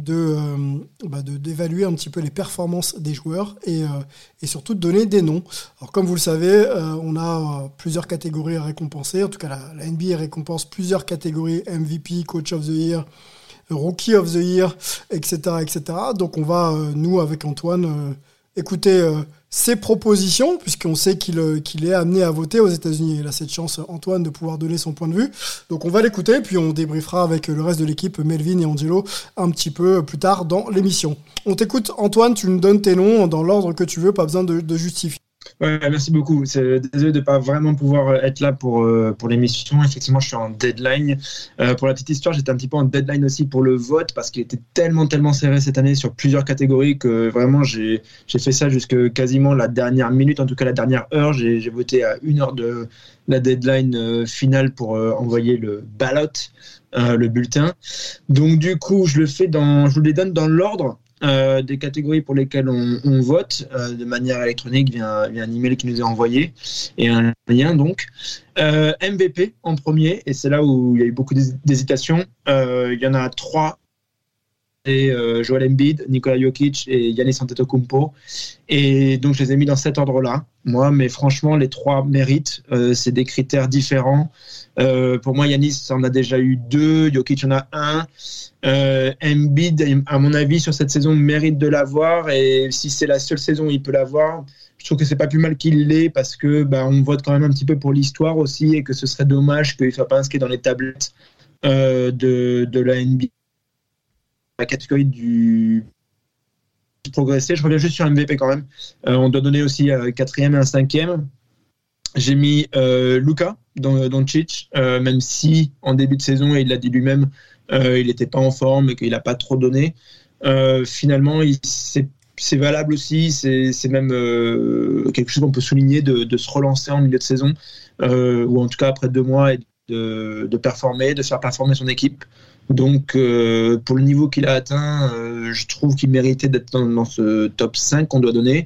d'évaluer un petit peu les performances des joueurs et surtout de donner des noms. Alors comme vous le savez, on a plusieurs catégories à récompenser. En tout cas, la NBA récompense plusieurs catégories: MVP, Coach of the Year, Rookie of the Year, etc. Donc on va, nous, avec Antoine, écouter ses propositions, puisqu'on sait qu'il est amené à voter aux États-Unis. Il a cette chance, Antoine, de pouvoir donner son point de vue. Donc on va l'écouter, puis on débriefera avec le reste de l'équipe, Melvin et Angelo, un petit peu plus tard dans l'émission. On t'écoute, Antoine, tu nous donnes tes noms dans l'ordre que tu veux, pas besoin de justifier. Ouais, merci beaucoup. Désolé de ne pas vraiment pouvoir être là pour l'émission. Effectivement, je suis en deadline. Pour la petite histoire, j'étais un petit peu en deadline aussi pour le vote parce qu'il était tellement serré cette année sur plusieurs catégories que vraiment j'ai fait ça jusque quasiment la dernière minute, en tout cas la dernière heure. J'ai voté à 1 heure de la deadline finale pour envoyer le ballot, le bulletin. Donc du coup, je vous les donne dans l'ordre des catégories pour lesquelles on vote de manière électronique via un email qui nous est envoyé et un lien donc. MVP en premier, et c'est là où il y a eu beaucoup d'hésitations. Il y en a 3. Et Joel Embiid, Nikola Jokic et Giannis Antetokounmpo. Et donc je les ai mis dans cet ordre-là. Moi, mais franchement, les 3 méritent. C'est des critères différents. Pour moi, Giannis en a déjà eu 2, Jokic en a 1. Embiid, à mon avis, sur cette saison, mérite de l'avoir. Et si c'est la seule saison où il peut l'avoir, je trouve que c'est pas plus mal qu'il l'ait parce que on vote quand même un petit peu pour l'histoire aussi et que ce serait dommage qu'il ne soit pas inscrit dans les tablettes de la NBA. La catégorie du progressé. Je reviens juste sur MVP quand même. On doit donner aussi un 4e et un 5e. J'ai mis Luka Doncic, même si en début de saison, il l'a dit lui-même, il n'était pas en forme et qu'il n'a pas trop donné. Finalement, c'est valable aussi. C'est même quelque chose qu'on peut souligner de se relancer en milieu de saison, ou en tout cas après 2 mois, et de performer, de faire performer son équipe. Donc, pour le niveau qu'il a atteint, je trouve qu'il méritait d'être dans ce top 5 qu'on doit donner.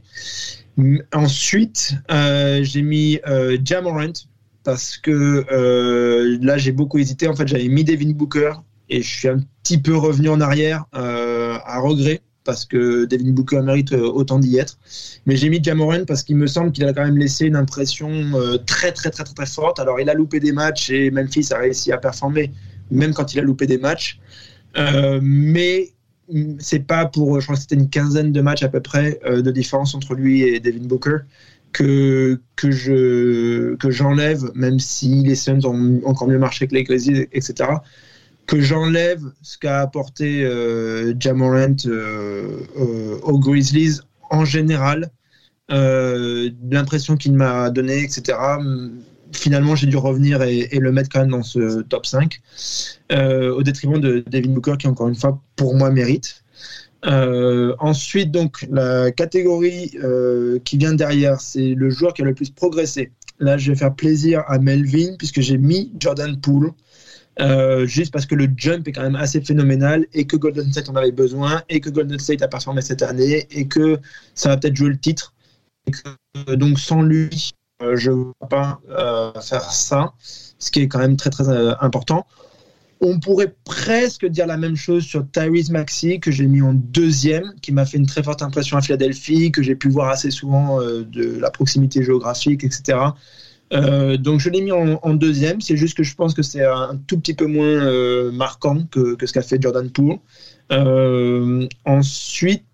Ensuite, j'ai mis Ja Morant parce que là, j'ai beaucoup hésité. En fait, j'avais mis Devin Booker et je suis un petit peu revenu en arrière à regret parce que Devin Booker mérite autant d'y être. Mais j'ai mis Ja Morant parce qu'il me semble qu'il a quand même laissé une impression très forte. Alors, il a loupé des matchs et Memphis a réussi à performer même quand il a loupé des matchs. Mais c'est pas pour, je crois que c'était une 15aine de matchs à peu près de différence entre lui et Devin Booker que j'enlève, même si les Suns ont encore mieux marché que les Grizzlies, etc., que j'enlève ce qu'a apporté Ja Morant aux Grizzlies en général, l'impression qu'il m'a donné, etc. Finalement, j'ai dû revenir et le mettre quand même dans ce top 5, au détriment de Devin Booker, qui, encore une fois, pour moi, mérite. Ensuite, donc, la catégorie qui vient derrière, c'est le joueur qui a le plus progressé. Là, je vais faire plaisir à Melvin puisque j'ai mis Jordan Poole. Juste parce que le jump est quand même assez phénoménal et que Golden State en avait besoin et que Golden State a performé cette année et que ça va peut-être jouer le titre. Et que, donc, sans lui, je ne vais pas faire ça, ce qui est quand même très très important. On pourrait presque dire la même chose sur Tyrese Maxey, que j'ai mis en deuxième, qui m'a fait une très forte impression à Philadelphie, que j'ai pu voir assez souvent de la proximité géographique, etc. Donc je l'ai mis en deuxième, c'est juste que je pense que c'est un tout petit peu moins marquant que ce qu'a fait Jordan Poole. Ensuite,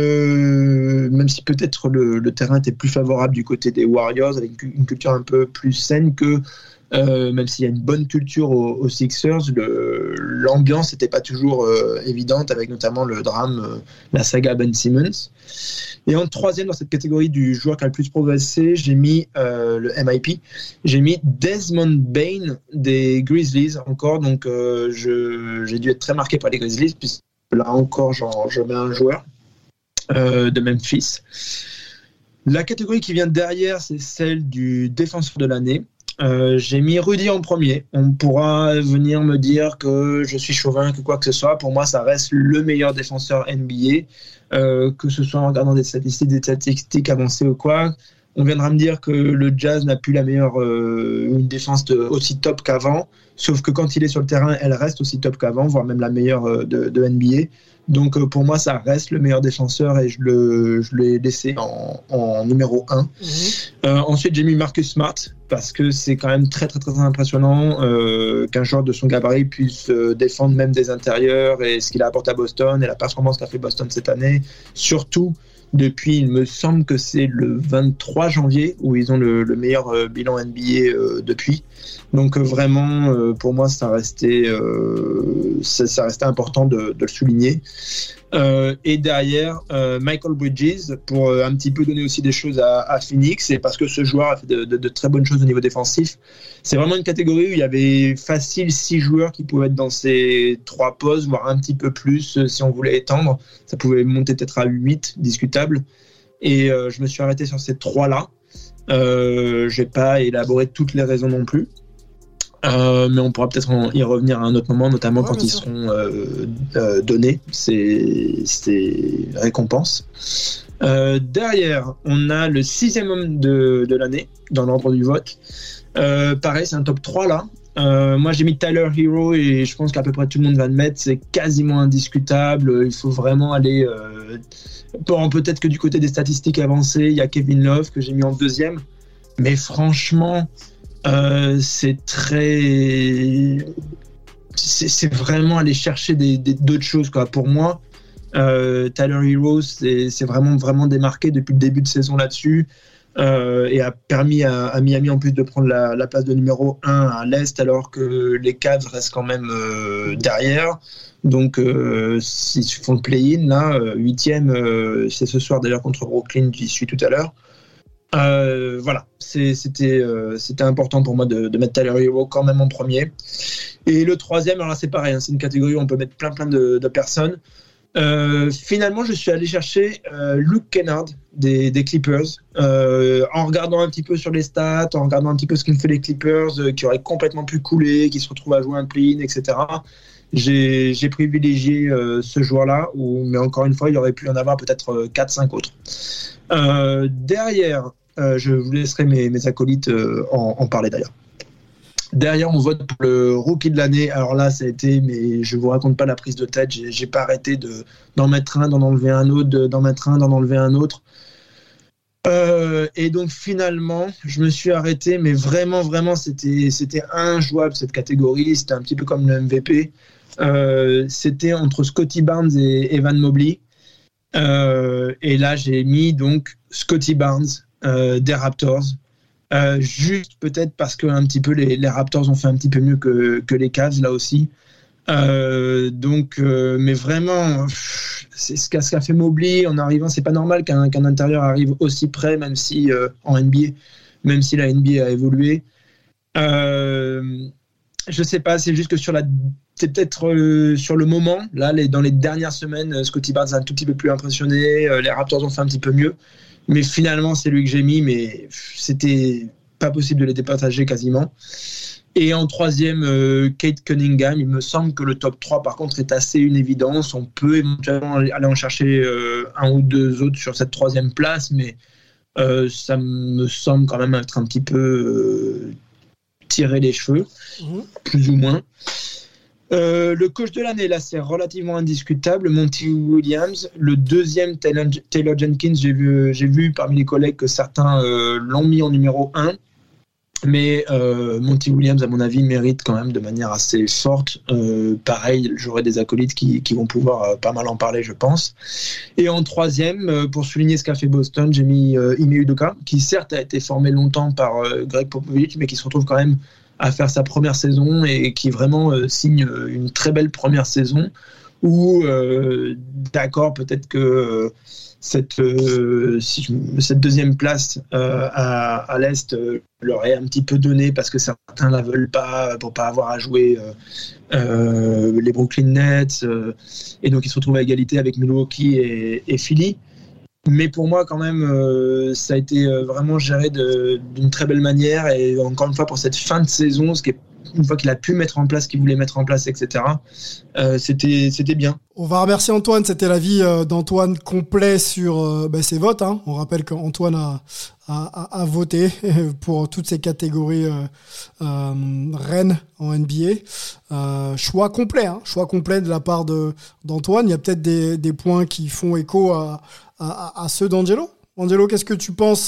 même si peut-être le terrain était plus favorable du côté des Warriors, avec une culture un peu plus saine que... même s'il y a une bonne culture aux Sixers, l'ambiance n'était pas toujours évidente, avec notamment le drame, la saga Ben Simmons. Et en troisième, dans cette catégorie du joueur qui a le plus progressé, j'ai mis le MIP. J'ai mis Desmond Bane des Grizzlies encore. Donc j'ai dû être très marqué par les Grizzlies, puisque là encore, je mets un joueur de Memphis. La catégorie qui vient derrière, c'est celle du défenseur de l'année. J'ai mis Rudy en premier. On pourra venir me dire que je suis chauvin, que quoi que ce soit. Pour moi, ça reste le meilleur défenseur NBA, que ce soit en regardant des statistiques avancées ou quoi. On viendra me dire que le Jazz n'a plus la meilleure une défense aussi top qu'avant, sauf que quand il est sur le terrain, elle reste aussi top qu'avant, voire même la meilleure de NBA. Donc pour moi, ça reste le meilleur défenseur et je l'ai laissé en numéro 1. Ensuite, j'ai mis Marcus Smart parce que c'est quand même très très très impressionnant qu'un joueur de son gabarit puisse défendre même des intérieurs, et ce qu'il a apporté à Boston et la performance qu'a fait Boston cette année, surtout depuis, il me semble que c'est le 23 janvier où ils ont le meilleur bilan NBA depuis. Donc vraiment, pour moi, ça restait important de le souligner. Et derrière, Michael Bridges, pour un petit peu donner aussi des choses à Phoenix, et parce que ce joueur a fait de très bonnes choses au niveau défensif. C'est vraiment une catégorie où il y avait facile 6 joueurs qui pouvaient être dans ces 3 postes, voire un petit peu plus si on voulait étendre. Ça pouvait monter peut-être à 8, discutable. Et je me suis arrêté sur ces 3-là. Je n'ai pas élaboré toutes les raisons non plus. Mais on pourra peut-être y revenir à un autre moment, notamment quand ils seront donnés, ces récompenses. Derrière, on a le 6e homme de l'année, dans l'ordre du vote. Pareil, c'est un top 3 là. Moi, j'ai mis Tyler Hero et je pense qu'à peu près tout le monde va le mettre. C'est quasiment indiscutable. Il faut vraiment aller... peut-être que du côté des statistiques avancées, il y a Kevin Love que j'ai mis en 2e. Mais franchement... c'est vraiment aller chercher d'autres choses, quoi. Pour moi, Tyler Hero c'est vraiment démarqué depuis le début de saison là-dessus, et a permis à Miami en plus de prendre la place de numéro 1 à l'Est, alors que les Cavs restent quand même derrière. Donc s'ils font le play-in là, 8e, c'est ce soir d'ailleurs contre Brooklyn, j'y suis tout à l'heure. Voilà, c'était important pour moi de mettre Tyler Hero quand même en premier. Et le 3e, alors là c'est pareil, hein, c'est une catégorie où on peut mettre plein de personnes. Finalement, je suis allé chercher Luke Kennard des Clippers, en regardant un petit peu sur les stats, en regardant un petit peu ce qu'ont fait les Clippers, qui auraient complètement pu couler, qui se retrouvent à jouer un play-in, etc. J'ai privilégié ce joueur-là, mais encore une fois, il y aurait pu en avoir peut-être 4-5 autres. Derrière, je vous laisserai mes acolytes en parler d'ailleurs. Derrière, on vote pour le rookie de l'année. Alors là, ça a été, mais je vous raconte pas la prise de tête. J'ai pas arrêté d'en mettre un, d'en enlever un autre, d'en mettre un, d'en enlever un autre. Et donc finalement, je me suis arrêté, mais vraiment, c'était injouable cette catégorie. C'était un petit peu comme le MVP. C'était entre Scottie Barnes et Evan Mobley. Et là, j'ai mis donc Scottie Barnes des Raptors. Juste peut-être parce que un petit peu les Raptors ont fait un petit peu mieux que les Cavs là aussi. Mais vraiment, c'est ce qu'a fait Mobley en arrivant. C'est pas normal qu'un intérieur arrive aussi près, même si en NBA, même si la NBA a évolué. Je sais pas, c'est juste que c'est peut-être sur le moment. Là, dans les dernières semaines, Scottie Barnes a un tout petit peu plus impressionné. Les Raptors ont fait un petit peu mieux. Mais finalement, c'est lui que j'ai mis, mais c'était pas possible de les départager quasiment. Et en troisième, Kate Cunningham. Il me semble que le top 3, par contre, est assez une évidence. On peut éventuellement aller en chercher un ou deux autres sur cette troisième place, mais ça me semble quand même être un petit peu tirer les cheveux, plus ou moins. Le coach de l'année, là, c'est relativement indiscutable. Monty Williams. Le deuxième, Taylor Jenkins, j'ai vu parmi les collègues que certains l'ont mis en numéro 1. Mais Monty Williams, à mon avis, mérite quand même de manière assez forte. Pareil, j'aurai des acolytes qui vont pouvoir pas mal en parler, je pense. Et en troisième, pour souligner ce qu'a fait Boston, j'ai mis Ime Udoka, qui certes a été formé longtemps par Greg Popovich, mais qui se retrouve quand même à faire sa première saison et qui vraiment signe une très belle première saison où, d'accord, peut-être que cette deuxième place à l'Est leur est un petit peu donnée parce que certains la veulent pas pour pas avoir à jouer les Brooklyn Nets et donc ils se retrouvent à égalité avec Milwaukee et Philly. Mais pour moi, quand même, ça a été vraiment géré d'une très belle manière. Et encore une fois, pour cette fin de saison, une fois qu'il a pu mettre en place ce qu'il voulait mettre en place, etc., c'était bien. On va remercier Antoine. C'était l'avis d'Antoine complet sur ses votes. Hein. On rappelle qu'Antoine a voté pour toutes ces catégories reines en NBA. Choix complet de la part d'Antoine. Il y a peut-être des points qui font écho à ceux d'Angelo. Angelo, qu'est-ce que tu penses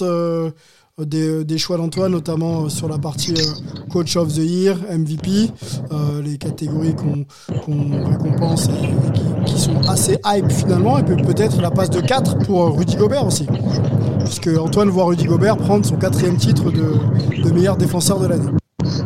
des choix d'Antoine, notamment sur la partie Coach of the Year, MVP, les catégories qu'on récompense et qui sont assez hype finalement, et peut-être la passe de 4 pour Rudy Gobert aussi, puisque Antoine voit Rudy Gobert prendre son 4e titre de meilleur défenseur de l'année.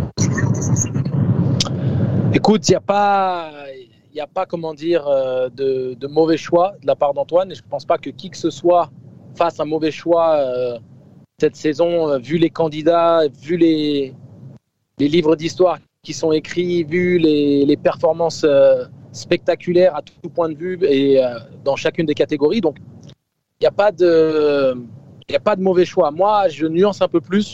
Écoute, il n'y a pas comment dire de mauvais choix de la part d'Antoine, et je ne pense pas que qui que ce soit fasse un mauvais choix cette saison, vu les candidats, vu les livres d'histoire qui sont écrits, vu les performances spectaculaires à tout point de vue et dans chacune des catégories. Donc, il n'y a pas de mauvais choix. Moi, je nuance un peu plus.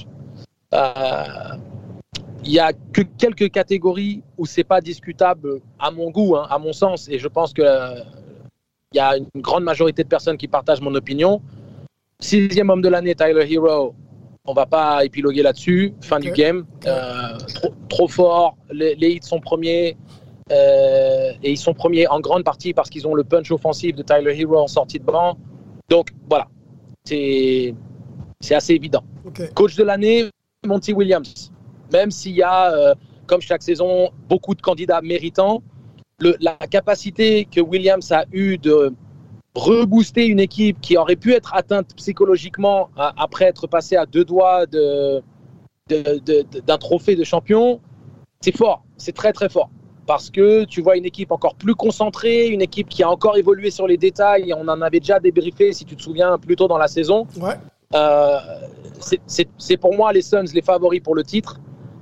Il n'y a que quelques catégories où ce n'est pas discutable à mon goût, hein, à mon sens, et je pense qu'il y a une grande majorité de personnes qui partagent mon opinion. 6e homme de l'année, Tyler Hero, on ne va pas épiloguer là-dessus, fin du game, trop fort, les Heat sont premiers, et ils sont premiers en grande partie parce qu'ils ont le punch offensif de Tyler Hero en sortie de banc, donc voilà, c'est assez évident. Okay. Coach de l'année, Monty Williams, même s'il y a, comme chaque saison, beaucoup de candidats méritants, la capacité que Williams a eue de rebooster une équipe qui aurait pu être atteinte psychologiquement après être passée à 2 doigts d'un trophée de champion, c'est fort, c'est très très fort. Parce que tu vois une équipe encore plus concentrée, une équipe qui a encore évolué sur les détails, on en avait déjà débriefé, si tu te souviens, plus tôt dans la saison. Ouais. C'est pour moi les Suns les favoris pour le titre.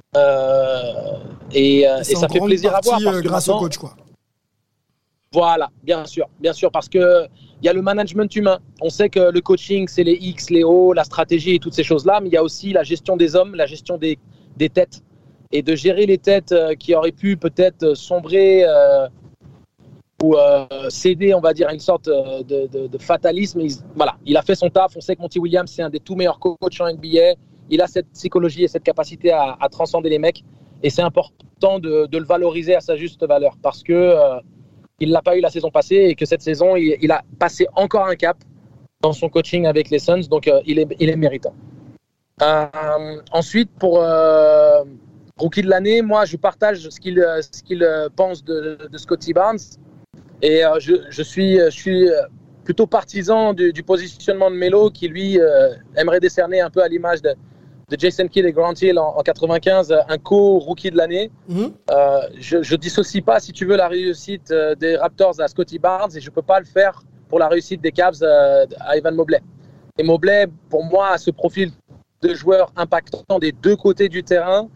Et ça fait plaisir à voir. Parce que grâce au coach, quoi. Voilà, bien sûr, parce que il y a le management humain. On sait que le coaching, c'est les X, les O, la stratégie et toutes ces choses-là, mais il y a aussi la gestion des hommes, la gestion des têtes. Et de gérer les têtes qui auraient pu peut-être sombrer ou céder, on va dire, à une sorte de fatalisme. Voilà, il a fait son taf. On sait que Monty Williams, c'est un des tout meilleurs coachs en NBA. Il a cette psychologie et cette capacité à transcender les mecs. Et c'est important de le valoriser à sa juste valeur parce que il ne l'a pas eu la saison passée et que cette saison, il a passé encore un cap dans son coaching avec les Suns. Donc, il est méritant. Ensuite, pour Rookie de l'année, moi, je partage ce qu'il pense de Scottie Barnes. Et je suis plutôt partisan du positionnement de Melo qui, lui, aimerait décerner un peu à l'image de Jason Kidd et Grant Hill en 95, un co-rookie de l'année. Je dissocie pas, si tu veux, la réussite des Raptors à Scottie Barnes et je peux pas le faire pour la réussite des Cavs à Evan Mobley. Et Mobley, pour moi, a ce profil de joueur impactant des deux côtés du terrain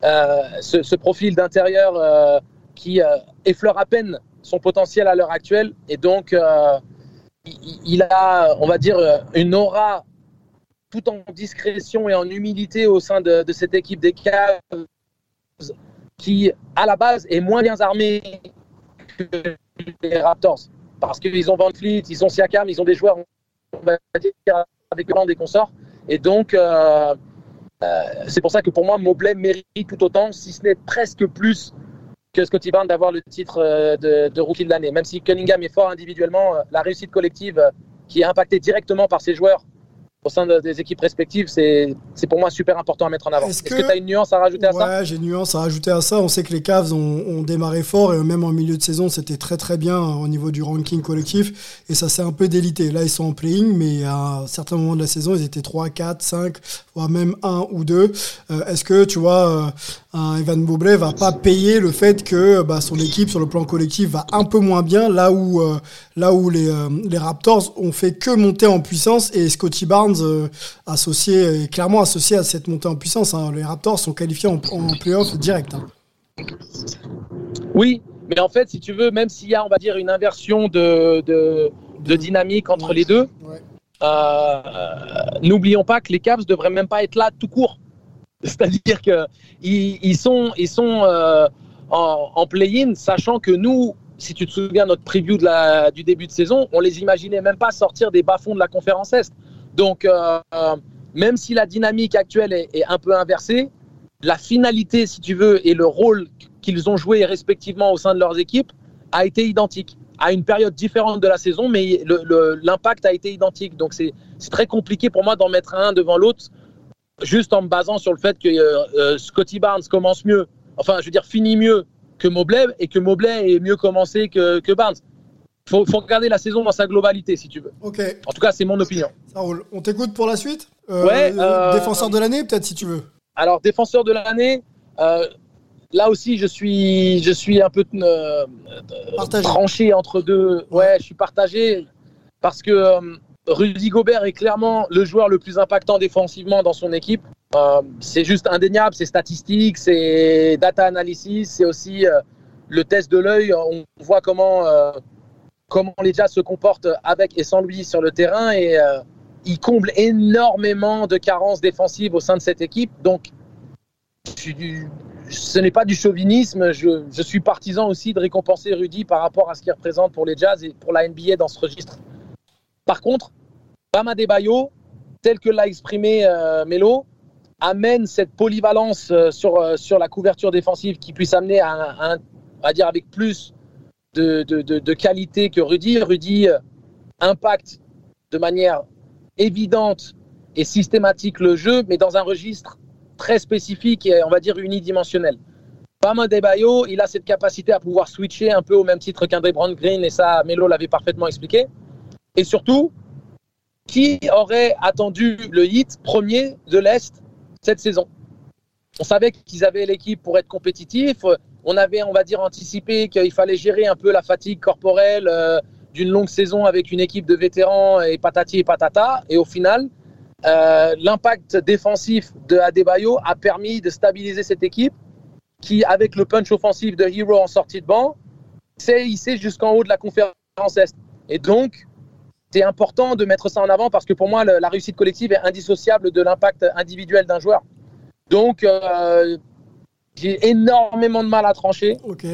ce profil d'intérieur qui effleure à peine son potentiel à l'heure actuelle. Et donc, il a, on va dire, une aura tout en discrétion et en humilité au sein de cette équipe des Cavs qui, à la base, est moins bien armée que les Raptors. Parce qu'ils ont Van Fleet, ils ont Siakam, ils ont des joueurs, on va dire, avec le des consorts. Et donc, c'est pour ça que pour moi, Mobley mérite tout autant, si ce n'est presque plus que Scottie Barnes d'avoir le titre de rookie de l'année. Même si Cunningham est fort individuellement, la réussite collective qui est impactée directement par ses joueurs au sein des équipes respectives, c'est pour moi super important à mettre en avant. Est-ce que tu as une nuance à rajouter à ça ? Ouais, j'ai une nuance à rajouter à ça. On sait que les Cavs ont démarré fort et même en milieu de saison, c'était très très bien au niveau du ranking collectif et ça s'est un peu délité. Là, ils sont en playing, mais à certains moments de la saison, ils étaient 3, 4, 5, voire même 1 ou 2. Est-ce que, tu vois, un Evan Mobley va pas payer le fait que son équipe, sur le plan collectif, va un peu moins bien, là où les Raptors ont fait que monter en puissance et Scottie Barnes clairement associé à cette montée en puissance. Hein. Les Raptors sont qualifiés en play-off direct. Hein. Oui, mais en fait, si tu veux, même s'il y a, on va dire, une inversion de dynamique entre les deux, n'oublions pas que les Cavs ne devraient même pas être là tout court. C'est-à-dire qu'ils sont en play-in, sachant que nous, si tu te souviens, notre preview du début de saison, on les imaginait même pas sortir des bas-fonds de la conférence Est. Donc, même si la dynamique actuelle est un peu inversée, la finalité, si tu veux, et le rôle qu'ils ont joué respectivement au sein de leurs équipes a été identique. À une période différente de la saison, mais l'impact a été identique. Donc, c'est très compliqué pour moi d'en mettre un devant l'autre, juste en me basant sur le fait que Scottie Barnes commence mieux, finit mieux que Mobley, et que Mobley est mieux commencé que Barnes. Faut regarder la saison dans sa globalité, si tu veux. Okay. En tout cas, c'est mon opinion. Ça roule. On t'écoute pour la suite. Défenseur de l'année, peut-être, si tu veux. Alors, défenseur de l'année, là aussi, je suis un peu tranché entre deux. Ouais, je suis partagé parce que Rudy Gobert est clairement le joueur le plus impactant défensivement dans son équipe. C'est juste indéniable, c'est statistique, c'est data analysis, c'est aussi le test de l'œil. On voit comment les Jazz se comportent avec et sans lui sur le terrain et il comble énormément de carences défensives au sein de cette équipe. Donc, ce n'est pas du chauvinisme. Je suis partisan aussi de récompenser Rudy par rapport à ce qu'il représente pour les Jazz et pour la NBA dans ce registre. Par contre, Bam Adebayo, tel que l'a exprimé Melo, amène cette polyvalence sur la couverture défensive qui puisse amener à dire avec plus de qualité que Rudy. Rudy impacte de manière évidente et systématique le jeu, mais dans un registre très spécifique et on va dire unidimensionnel. Bam Adebayo, il a cette capacité à pouvoir switcher un peu au même titre qu'un Draymond Green, et ça, Melo l'avait parfaitement expliqué. Et surtout, qui aurait attendu le Heat premier de l'Est cette saison ? On savait qu'ils avaient l'équipe pour être compétitifs. On avait, on va dire, anticipé qu'il fallait gérer un peu la fatigue corporelle d'une longue saison avec une équipe de vétérans et patati et patata. Et au final, l'impact défensif de Adebayo a permis de stabiliser cette équipe qui, avec le punch offensif de Hero en sortie de banc, s'est hissé jusqu'en haut de la conférence Est. Et donc, c'est important de mettre ça en avant parce que pour moi, la réussite collective est indissociable de l'impact individuel d'un joueur. Donc, j'ai énormément de mal à trancher. Ok.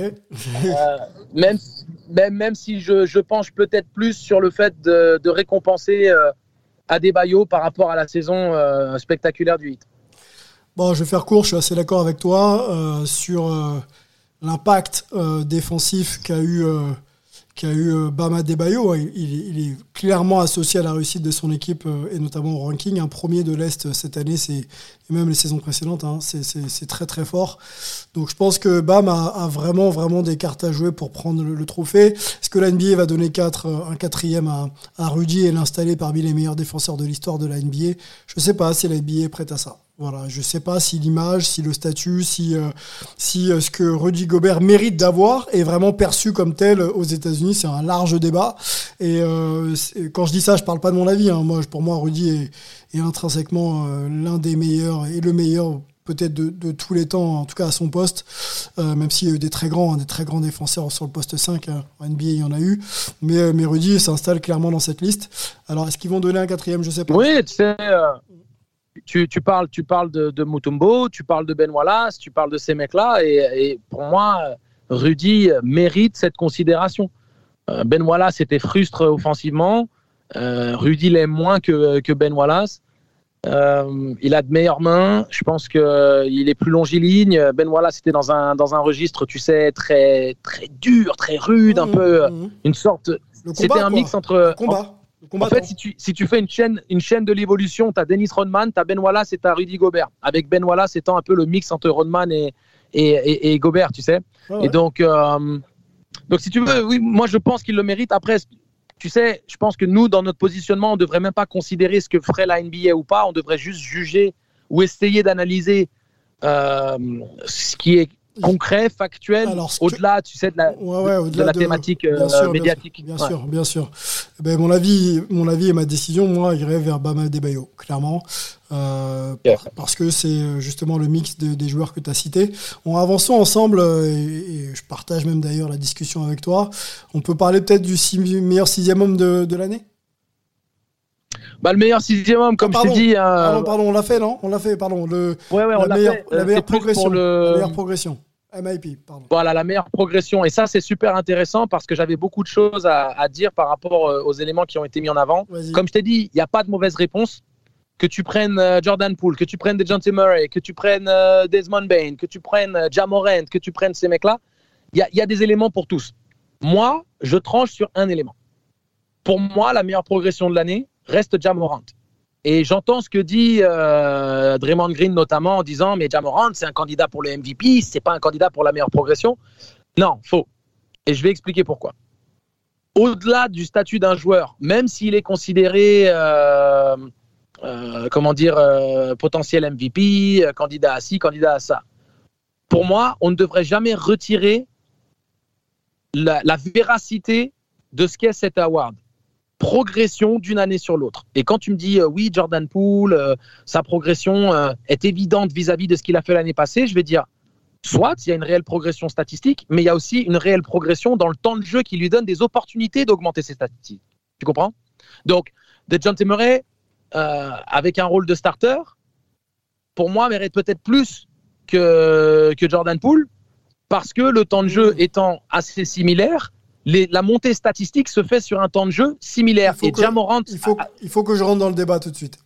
Même si je penche peut-être plus sur le fait de récompenser Adebayo par rapport à la saison spectaculaire du Heat. Bon, je vais faire court, je suis assez d'accord avec toi sur l'impact défensif qu'a eu Bam Adebayo. Il est clairement associé à la réussite de son équipe et notamment au ranking. Un premier de l'Est cette année, et même les saisons précédentes, c'est très très fort. Donc je pense que Bam a vraiment vraiment des cartes à jouer pour prendre le trophée. Est-ce que la NBA va donner un quatrième à Rudy et l'installer parmi les meilleurs défenseurs de l'histoire de la NBA ? Je ne sais pas si la NBA est prête à ça. Voilà, je ne sais pas si l'image, si le statut, si ce que Rudy Gobert mérite d'avoir est vraiment perçu comme tel aux États-Unis. C'est un large débat. Et quand je dis ça, je ne parle pas de mon avis. Pour moi, Rudy est intrinsèquement l'un des meilleurs et le meilleur, peut-être de tous les temps, en tout cas à son poste, même s'il y a eu des très grands défenseurs sur le poste 5, en NBA il y en a eu, mais Rudy s'installe clairement dans cette liste. Alors est-ce qu'ils vont donner un 4e, je sais pas. Oui, tu sais, tu parles de Mutombo, tu parles de Ben Wallace, tu parles de ces mecs-là, et pour moi, Rudy mérite cette considération. Ben Wallace était frustre offensivement, Rudy l'aime moins que Ben Wallace. Il a de meilleures mains, je pense qu'il est plus longiligne. Ben Wallace était dans un registre, tu sais, très, très dur, très rude, un peu une sorte. C'était un mix entre. En fait, si tu fais une chaîne de l'évolution, tu as Dennis Rodman, tu as Ben Wallace et tu as Rudy Gobert. Avec Ben Wallace étant un peu le mix entre Rodman et Gobert, tu sais. Ouais. Et donc si tu veux, oui, moi je pense qu'il le mérite. Après, tu sais, je pense que nous, dans notre positionnement, on ne devrait même pas considérer ce que ferait la NBA ou pas. On devrait juste juger ou essayer d'analyser ce qui est concret, factuel, au-delà, tu sais, de la thématique médiatique. Bien sûr. Ben, mon avis et ma décision, moi, irait vers Bam Adebayo, clairement. Parce que c'est justement le mix des joueurs que tu as cités. Avançons ensemble, et je partage même d'ailleurs la discussion avec toi. On peut parler peut-être du meilleur 6e homme de l'année ? Le meilleur 6e homme, comme je t'ai dit. Pardon, on l'a fait, non ? On l'a fait, pardon. La meilleure progression. La meilleure progression. MIP, pardon. Voilà, la meilleure progression. Et ça, c'est super intéressant parce que j'avais beaucoup de choses à dire par rapport aux éléments qui ont été mis en avant. Vas-y. Comme je t'ai dit, il n'y a pas de mauvaise réponse. Que tu prennes Jordan Poole, que tu prennes DeJounte Murray, que tu prennes Desmond Bane, que tu prennes Ja Morant, que tu prennes ces mecs-là, il y a des éléments pour tous. Moi, je tranche sur un élément. Pour moi, la meilleure progression de l'année reste Ja Morant. Et j'entends ce que dit Draymond Green notamment en disant mais Ja Morant c'est un candidat pour le MVP, c'est pas un candidat pour la meilleure progression. Non, faux. Et je vais expliquer pourquoi. Au-delà du statut d'un joueur, même s'il est considéré potentiel MVP, candidat à ci, candidat à ça, pour moi, on ne devrait jamais retirer la véracité de ce qu'est cet award. Progression d'une année sur l'autre. Et quand tu me dis oui, Jordan Poole, sa progression est évidente vis-à-vis de ce qu'il a fait l'année passée, je vais dire soit il y a une réelle progression statistique, mais il y a aussi une réelle progression dans le temps de jeu qui lui donne des opportunités d'augmenter ses statistiques. Tu comprends ? Donc, DeJounte Murray, avec un rôle de starter, pour moi, mérite peut-être plus que Jordan Poole, parce que le temps de jeu étant assez similaire, la montée statistique se fait sur un temps de jeu similaire. Et Ja Morant... Il faut que je rentre dans le débat tout de suite.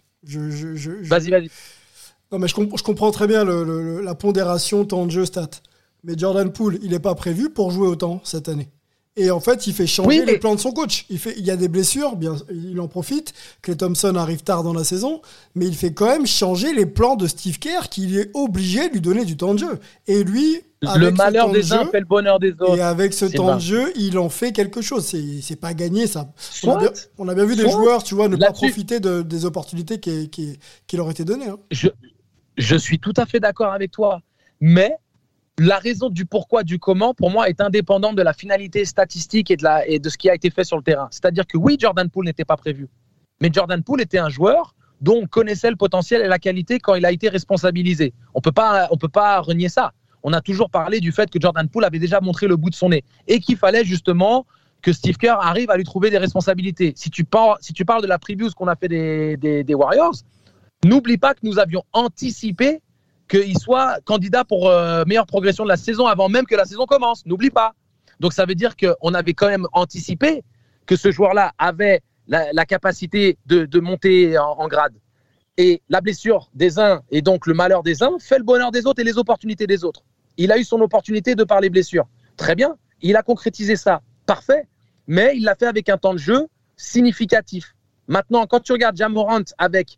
Vas-y. Non, mais je comprends très bien la pondération temps de jeu stat. Mais Jordan Poole, il n'est pas prévu pour jouer autant cette année. Et en fait, il fait changer les plans de son coach. Il y a des blessures, bien, il en profite. Klay Thompson arrive tard dans la saison, mais il fait quand même changer les plans de Steve Kerr, qui est obligé de lui donner du temps de jeu. Et lui, le malheur des uns fait le bonheur des autres. Et avec ce temps de jeu, il en fait quelque chose. C'est pas gagné, ça. On a bien vu des joueurs, tu vois, ne pas profiter des opportunités qui leur étaient données. Hein. Je suis tout à fait d'accord avec toi, mais la raison du pourquoi, du comment, pour moi, est indépendante de la finalité statistique et de ce qui a été fait sur le terrain. C'est-à-dire que oui, Jordan Poole n'était pas prévu. Mais Jordan Poole était un joueur dont on connaissait le potentiel et la qualité quand il a été responsabilisé. On peut pas renier ça. On a toujours parlé du fait que Jordan Poole avait déjà montré le bout de son nez et qu'il fallait justement que Steve Kerr arrive à lui trouver des responsabilités. Si tu parles de la preview, ce qu'on a fait des Warriors, n'oublie pas que nous avions anticipé qu'il soit candidat pour meilleure progression de la saison avant même que la saison commence. N'oublie pas. Donc, ça veut dire qu'on avait quand même anticipé que ce joueur-là avait la capacité de monter en grade. Et la blessure des uns et donc le malheur des uns fait le bonheur des autres et les opportunités des autres. Il a eu son opportunité de par les blessures. Très bien. Il a concrétisé ça. Parfait. Mais il l'a fait avec un temps de jeu significatif. Maintenant, quand tu regardes Ja Morant avec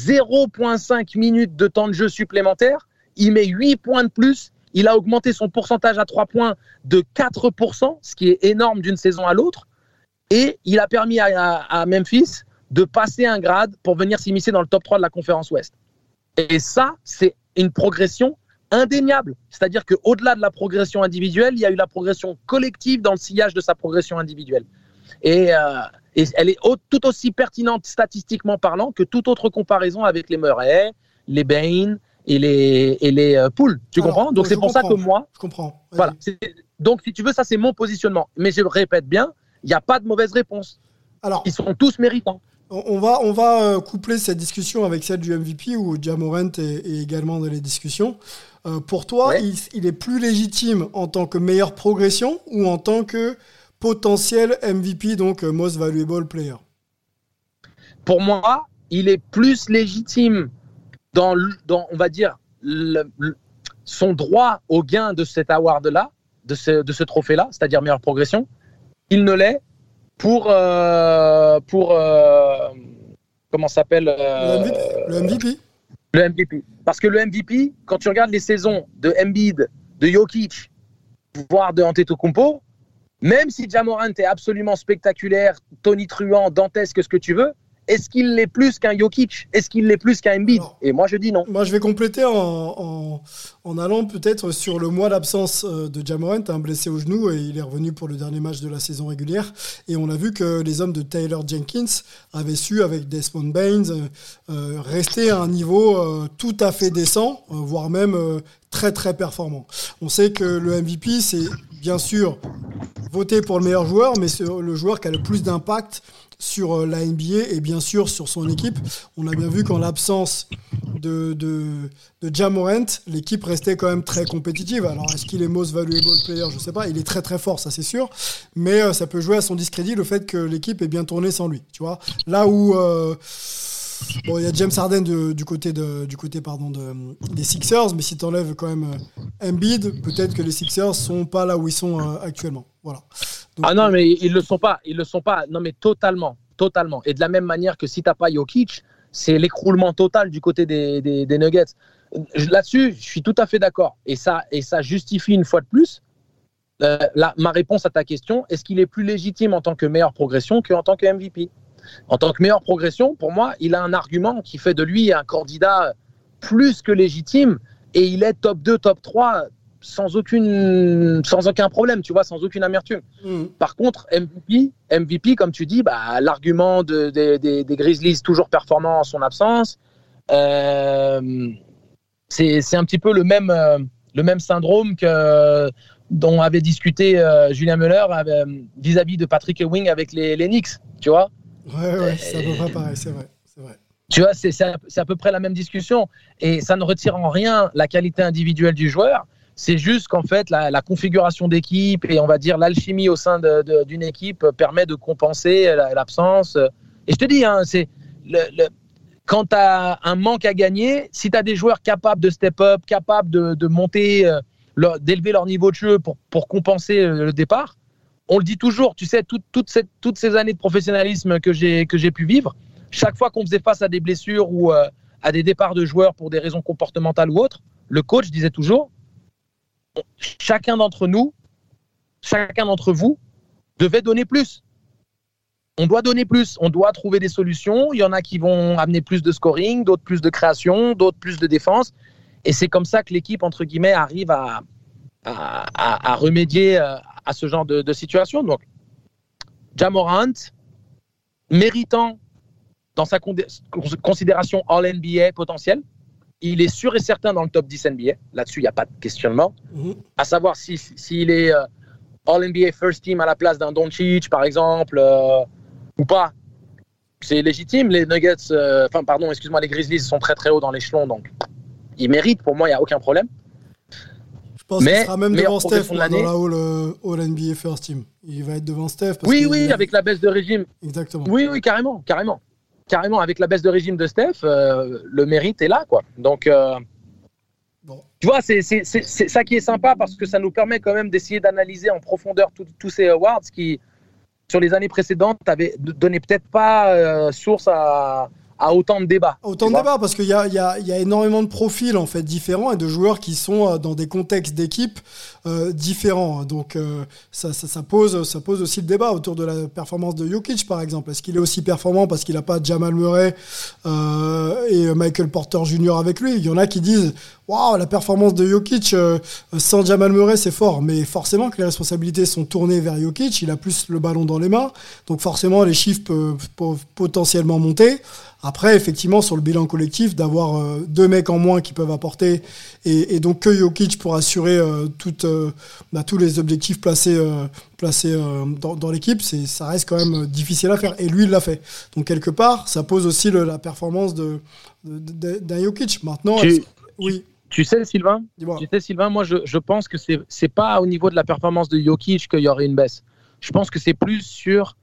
0,5 minutes de temps de jeu supplémentaire, il met 8 points de plus, il a augmenté son pourcentage à 3 points de 4%, ce qui est énorme d'une saison à l'autre, et il a permis à Memphis de passer un grade pour venir s'immiscer dans le top 3 de la conférence Ouest. Et ça, c'est une progression indéniable. C'est-à-dire qu'au-delà de la progression individuelle, il y a eu la progression collective dans le sillage de sa progression individuelle. Et elle est tout aussi pertinente statistiquement parlant que toute autre comparaison avec les Murray, les Bane et les poules. Tu comprends? Donc c'est pour ça que moi, je comprends. Voilà. Donc si tu veux, ça c'est mon positionnement. Mais je répète bien, il n'y a pas de mauvaise réponse. Alors, ils sont tous méritants. On va coupler cette discussion avec celle du MVP où Ja Morant est également dans les discussions. Pour toi, ouais. il est plus légitime en tant que meilleure progression ou en tant que potentiel MVP, donc Most Valuable Player? Pour moi, il est plus légitime dans on va dire, son droit au gain de cet award-là, de ce trophée-là, c'est-à-dire meilleure progression, il ne l'est pour comment ça s'appelle le MVP. Le MVP. Parce que le MVP, quand tu regardes les saisons de Embiid, de Jokic, voire de Antetokounmpo, même si Ja Morant est absolument spectaculaire, tonitruant, dantesque, ce que tu veux, est-ce qu'il l'est plus qu'un Jokic? Est-ce qu'il l'est plus qu'un Embiid? Et moi, je dis non. Moi, je vais compléter en allant peut-être sur le mois d'absence de Ja Morant, un blessé au genou, et il est revenu pour le dernier match de la saison régulière. Et on a vu que les hommes de Taylor Jenkins avaient su, avec Desmond Baines, rester à un niveau tout à fait décent, voire même très, très performant. On sait que le MVP, c'est bien sûr voter pour le meilleur joueur, mais c'est le joueur qui a le plus d'impact sur la NBA et bien sûr sur son équipe. On a bien vu qu'en l'absence de Ja Morant, l'équipe restait quand même très compétitive. Alors est-ce qu'il est Most Valuable Player? Je ne sais pas. Il est très très fort, ça c'est sûr. Mais ça peut jouer à son discrédit le fait que l'équipe ait bien tourné sans lui. Tu vois, là où il y a James Harden du côté des Sixers, mais si tu enlèves quand même Embiid, peut-être que les Sixers sont pas là où ils sont actuellement. Voilà. Donc, non, mais ils le sont pas. Non, mais totalement. Et de la même manière que si t'as pas Jokic, c'est l'écroulement total du côté des Nuggets. Là-dessus, je suis tout à fait d'accord. Et ça justifie une fois de plus ma réponse à ta question. Est-ce qu'il est plus légitime en tant que meilleure progression qu'en tant que MVP? En tant que meilleure progression, pour moi, il a un argument qui fait de lui un candidat plus que légitime et il est top 2, top 3 sans aucun problème, tu vois, sans aucune amertume. Par contre, MVP, comme tu dis, l'argument des Grizzlies toujours performants en son absence, c'est un petit peu le même syndrome dont avait discuté Julien Muller vis-à-vis de Patrick Ewing avec les Knicks, tu vois. Ouais, c'est à peu près pareil, c'est vrai. Tu vois, c'est à peu près la même discussion. Et ça ne retire en rien la qualité individuelle du joueur. C'est juste qu'en fait, la configuration d'équipe et on va dire l'alchimie au sein d'une équipe permet de compenser l'absence. Et je te dis, quand tu as un manque à gagner, si tu as des joueurs capables de step up, capables de monter, d'élever leur niveau de jeu pour compenser le départ, on le dit toujours, tu sais, toutes ces années de professionnalisme que j'ai pu vivre, chaque fois qu'on faisait face à des blessures ou à des départs de joueurs pour des raisons comportementales ou autres, le coach disait toujours, chacun d'entre vous devait donner plus. On doit donner plus, on doit trouver des solutions. Il y en a qui vont amener plus de scoring, d'autres plus de création, d'autres plus de défense. Et c'est comme ça que l'équipe, entre guillemets, arrive à remédier à ce genre de situation. Donc, Ja Morant, méritant dans sa considération All-NBA potentielle, il est sûr et certain dans le top 10 NBA. Là-dessus, il n'y a pas de questionnement. À savoir s'il est All-NBA First Team à la place d'un Doncic, par exemple, ou pas. C'est légitime. Les Nuggets, les Grizzlies sont très très hauts dans l'échelon, donc ils méritent. Pour moi, il n'y a aucun problème. Je pense qu'il sera même devant Steph dans la All-NBA First Team. Il va être devant Steph. Avec la baisse de régime. Exactement. Oui, carrément, avec la baisse de régime de Steph, le mérite est là, quoi. Donc, tu vois, c'est ça qui est sympa parce que ça nous permet quand même d'essayer d'analyser en profondeur tous ces awards qui, sur les années précédentes, donné peut-être pas source à autant de débats. Parce qu'il y a énormément de profils en fait différents et de joueurs qui sont dans des contextes d'équipe différents. Donc ça pose aussi le débat autour de la performance de Jokic par exemple. Est-ce qu'il est aussi performant parce qu'il n'a pas Jamal Murray et Michael Porter Jr. avec lui? Il y en a qui disent waouh, la performance de Jokic sans Jamal Murray c'est fort, mais forcément que les responsabilités sont tournées vers Jokic, il a plus le ballon dans les mains, donc forcément les chiffres peuvent potentiellement monter. Après, effectivement, sur le bilan collectif, d'avoir 2 mecs en moins qui peuvent apporter et donc que Jokic pour assurer tous les objectifs placés dans l'équipe, ça reste quand même difficile à faire. Et lui, il l'a fait. Donc, quelque part, ça pose aussi la performance d'un Jokic. Maintenant, oui. Tu sais, Sylvain, moi, je pense que c'est pas au niveau de la performance de Jokic qu'il y aurait une baisse. Je pense que c'est plus sur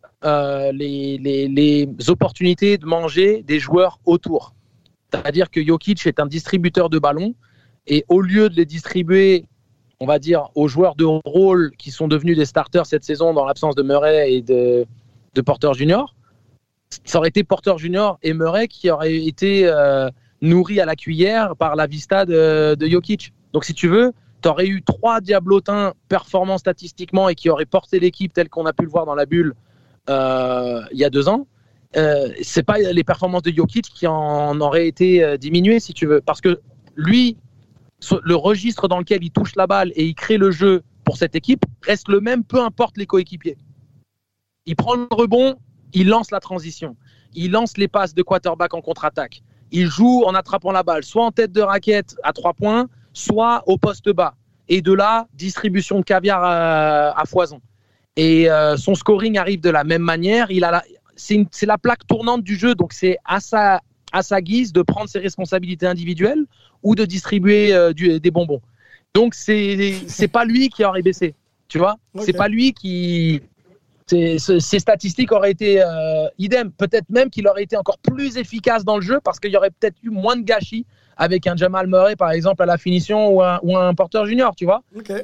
les opportunités de manger des joueurs autour. C'est-à-dire que Jokic est un distributeur de ballons et au lieu de les distribuer, on va dire, aux joueurs de rôle qui sont devenus des starters cette saison dans l'absence de Murray et de Porter Jr., ça aurait été Porter Jr. et Murray qui auraient été nourris à la cuillère par la vista de Jokic. Donc si tu veux, tu aurais eu 3 diablotins performants statistiquement et qui auraient porté l'équipe telle qu'on a pu le voir dans la bulle il y a 2 ans. C'est pas les performances de Jokic qui en auraient été diminuées, si tu veux. Parce que lui, le registre dans lequel il touche la balle et il crée le jeu pour cette équipe reste le même, peu importe les coéquipiers. Il prend le rebond, il lance la transition. Il lance les passes de quarterback en contre-attaque. Il joue en attrapant la balle, soit en tête de raquette à 3 points, soit au poste bas. Et de là, distribution de caviar à foison. Et son scoring arrive de la même manière. C'est la plaque tournante du jeu, donc c'est à sa guise de prendre ses responsabilités individuelles ou de distribuer des bonbons. Donc c'est pas lui qui aurait baissé, tu vois. Okay. C'est pas lui qui... Ses statistiques auraient été idem. Peut-être même qu'il aurait été encore plus efficace dans le jeu parce qu'il y aurait peut-être eu moins de gâchis avec un Jamal Murray, par exemple, à la finition ou un Porter Junior, tu vois. Okay.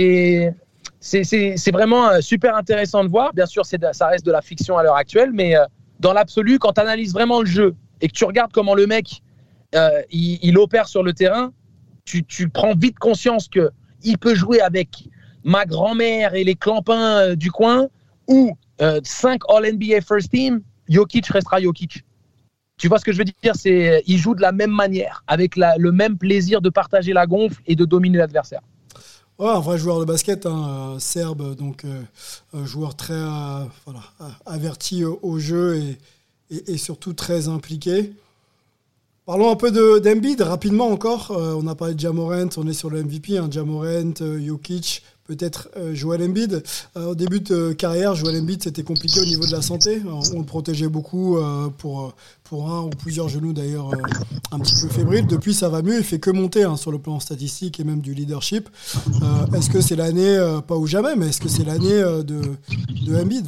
C'est vraiment super intéressant de voir. Bien sûr, ça reste de la fiction à l'heure actuelle, mais dans l'absolu, quand tu analyses vraiment le jeu et que tu regardes comment le mec il opère sur le terrain, tu prends vite conscience qu'il peut jouer avec ma grand-mère et les clampins du coin ou 5 All-NBA First Team, Jokic restera Jokic. Tu vois ce que je veux dire ? Il joue de la même manière, avec le même plaisir de partager la gonfle et de dominer l'adversaire. Ouais, un vrai joueur de basket, serbe, donc joueur très averti au jeu et surtout très impliqué. Parlons un peu d'Embiid, rapidement encore. On a parlé de Ja Morant, on est sur le MVP, Ja Morant, Jokic, peut-être Joel Embiid. Au début de carrière, Joel Embiid, c'était compliqué au niveau de la santé. On le protégeait beaucoup pour un ou plusieurs genoux d'ailleurs un petit peu fébriles. Depuis, ça va mieux. Il fait que monter sur le plan statistique et même du leadership. Est-ce que c'est l'année, pas ou jamais, mais est-ce que c'est l'année de Embiid là ?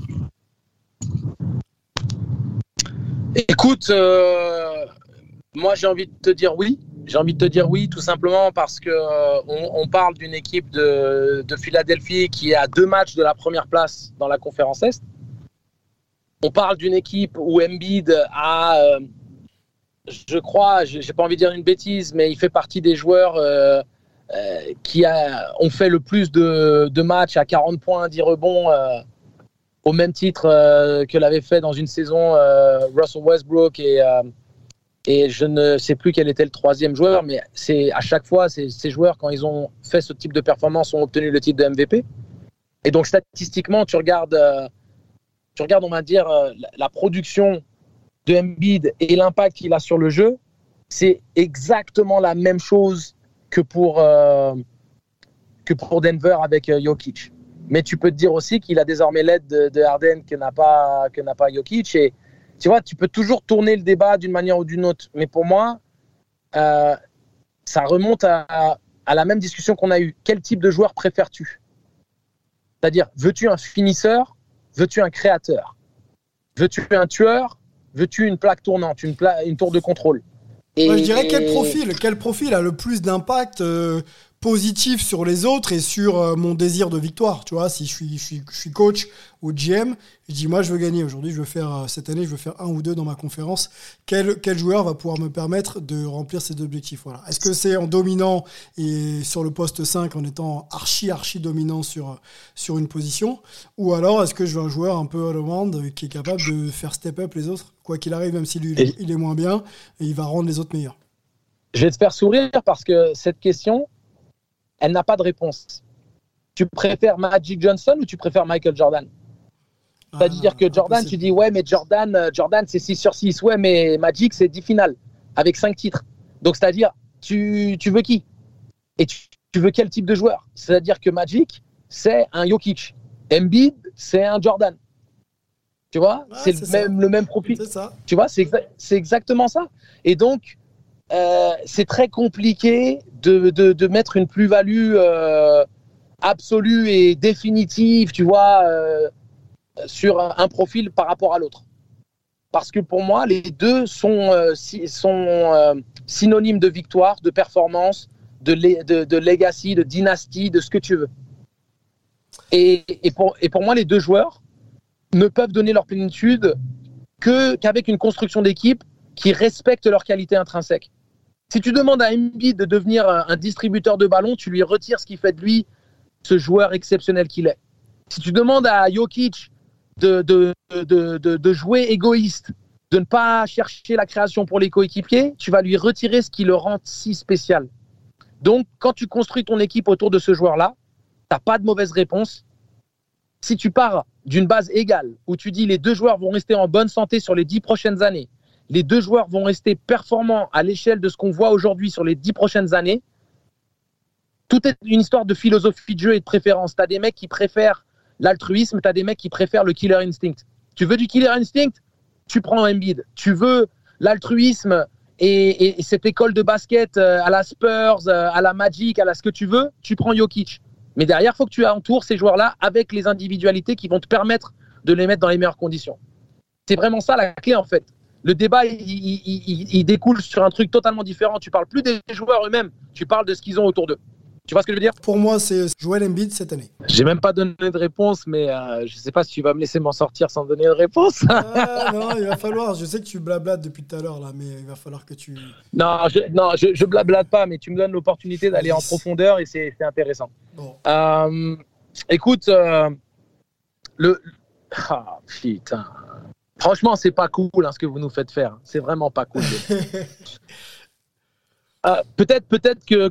Écoute, moi j'ai envie de te dire oui. J'ai envie de te dire oui, tout simplement parce que on parle d'une équipe de Philadelphie qui est à 2 matchs de la première place dans la conférence Est. On parle d'une équipe où Embiid a, je crois, j'ai pas envie de dire une bêtise, mais il fait partie des joueurs qui ont fait le plus de matchs à 40 points, 10 rebonds, au même titre que l'avait fait dans une saison Russell Westbrook et je ne sais plus quel était le 3e joueur, mais à chaque fois, ces joueurs, quand ils ont fait ce type de performance, ont obtenu le titre de MVP. Et donc, statistiquement, tu regardes, on va dire, la production de Embiid et l'impact qu'il a sur le jeu, c'est exactement la même chose que pour Denver avec Jokic. Mais tu peux te dire aussi qu'il a désormais l'aide de Harden que n'a pas Jokic. Et tu vois, tu peux toujours tourner le débat d'une manière ou d'une autre. Mais pour moi, ça remonte à la même discussion qu'on a eue. Quel type de joueur préfères-tu ? C'est-à-dire, veux-tu un finisseur ? Veux-tu un créateur ? Veux-tu un tueur ? Veux-tu une plaque tournante, une tour de contrôle ? Moi, je dirais quel profil a le plus d'impact positif sur les autres et sur mon désir de victoire. Tu vois, si je suis coach ou GM, je dis moi je veux gagner. Aujourd'hui, cette année, je veux faire 1 ou 2 dans ma conférence. Quel joueur va pouvoir me permettre de remplir ces objectifs ? Voilà. Est-ce que c'est en dominant et sur le poste 5 en étant archi dominant sur une position, ou alors est-ce que je veux un joueur un peu all-around qui est capable de faire step up les autres, quoi qu'il arrive, même si lui il est moins bien, et il va rendre les autres meilleurs. Je vais te faire sourire parce que cette question, elle n'a pas de réponse. Tu préfères Magic Johnson ou tu préfères Michael Jordan ? C'est-à-dire que Jordan, tu dis, ouais, mais Jordan c'est 6/6. Ouais, mais Magic, c'est 10 finales avec 5 titres. Donc, c'est-à-dire, tu veux qui? Et tu veux quel type de joueur? C'est-à-dire que Magic, c'est un Jokic. Embiid, c'est un Jordan. Tu vois, c'est le même profil. C'est ça. Tu vois, c'est exactement ça. Et donc, c'est très compliqué de mettre une plus-value absolue et définitive, tu vois, sur un profil par rapport à l'autre. Parce que pour moi, les deux sont synonymes de victoire, de performance, de legacy, de dynastie, de ce que tu veux. Et pour moi, les deux joueurs ne peuvent donner leur plénitude qu'avec une construction d'équipe qui respecte leur qualité intrinsèque. Si tu demandes à Embiid de devenir un distributeur de ballon, tu lui retires ce qui fait de lui ce joueur exceptionnel qu'il est. Si tu demandes à Jokic de jouer égoïste, de ne pas chercher la création pour les coéquipiers, tu vas lui retirer ce qui le rend si spécial. Donc, quand tu construis ton équipe autour de ce joueur-là, tu n'as pas de mauvaise réponse. Si tu pars d'une base égale, où tu dis les deux joueurs vont rester en bonne santé sur les 10 prochaines années, les deux joueurs vont rester performants à l'échelle de ce qu'on voit aujourd'hui sur les 10 prochaines années, tout est une histoire de philosophie de jeu et de préférence. Tu as des mecs qui préfèrent l'altruisme, tu as des mecs qui préfèrent le killer instinct. Tu veux du killer instinct? Tu prends Embiid. Tu veux l'altruisme et cette école de basket à la Spurs, à la Magic, à la ce que tu veux, tu prends Jokic. Mais derrière, il faut que tu entoures ces joueurs-là avec les individualités qui vont te permettre de les mettre dans les meilleures conditions. C'est vraiment ça la clé en fait. Le débat, il découle sur un truc totalement différent. Tu parles plus des joueurs eux-mêmes, tu parles de ce qu'ils ont autour d'eux. Tu vois ce que je veux dire? Pour moi, c'est Joel Embiid cette année. J'ai même pas donné de réponse, mais je sais pas si tu vas me laisser m'en sortir sans donner de réponse. Non, il va falloir. Je sais que tu blablates depuis tout à l'heure, là, mais il va falloir que tu... Non, je blablate pas, mais tu me donnes l'opportunité d'aller en profondeur et c'est intéressant. Bon. Écoute, putain. Franchement, c'est pas cool ce que vous nous faites faire. C'est vraiment pas cool. Peut-être que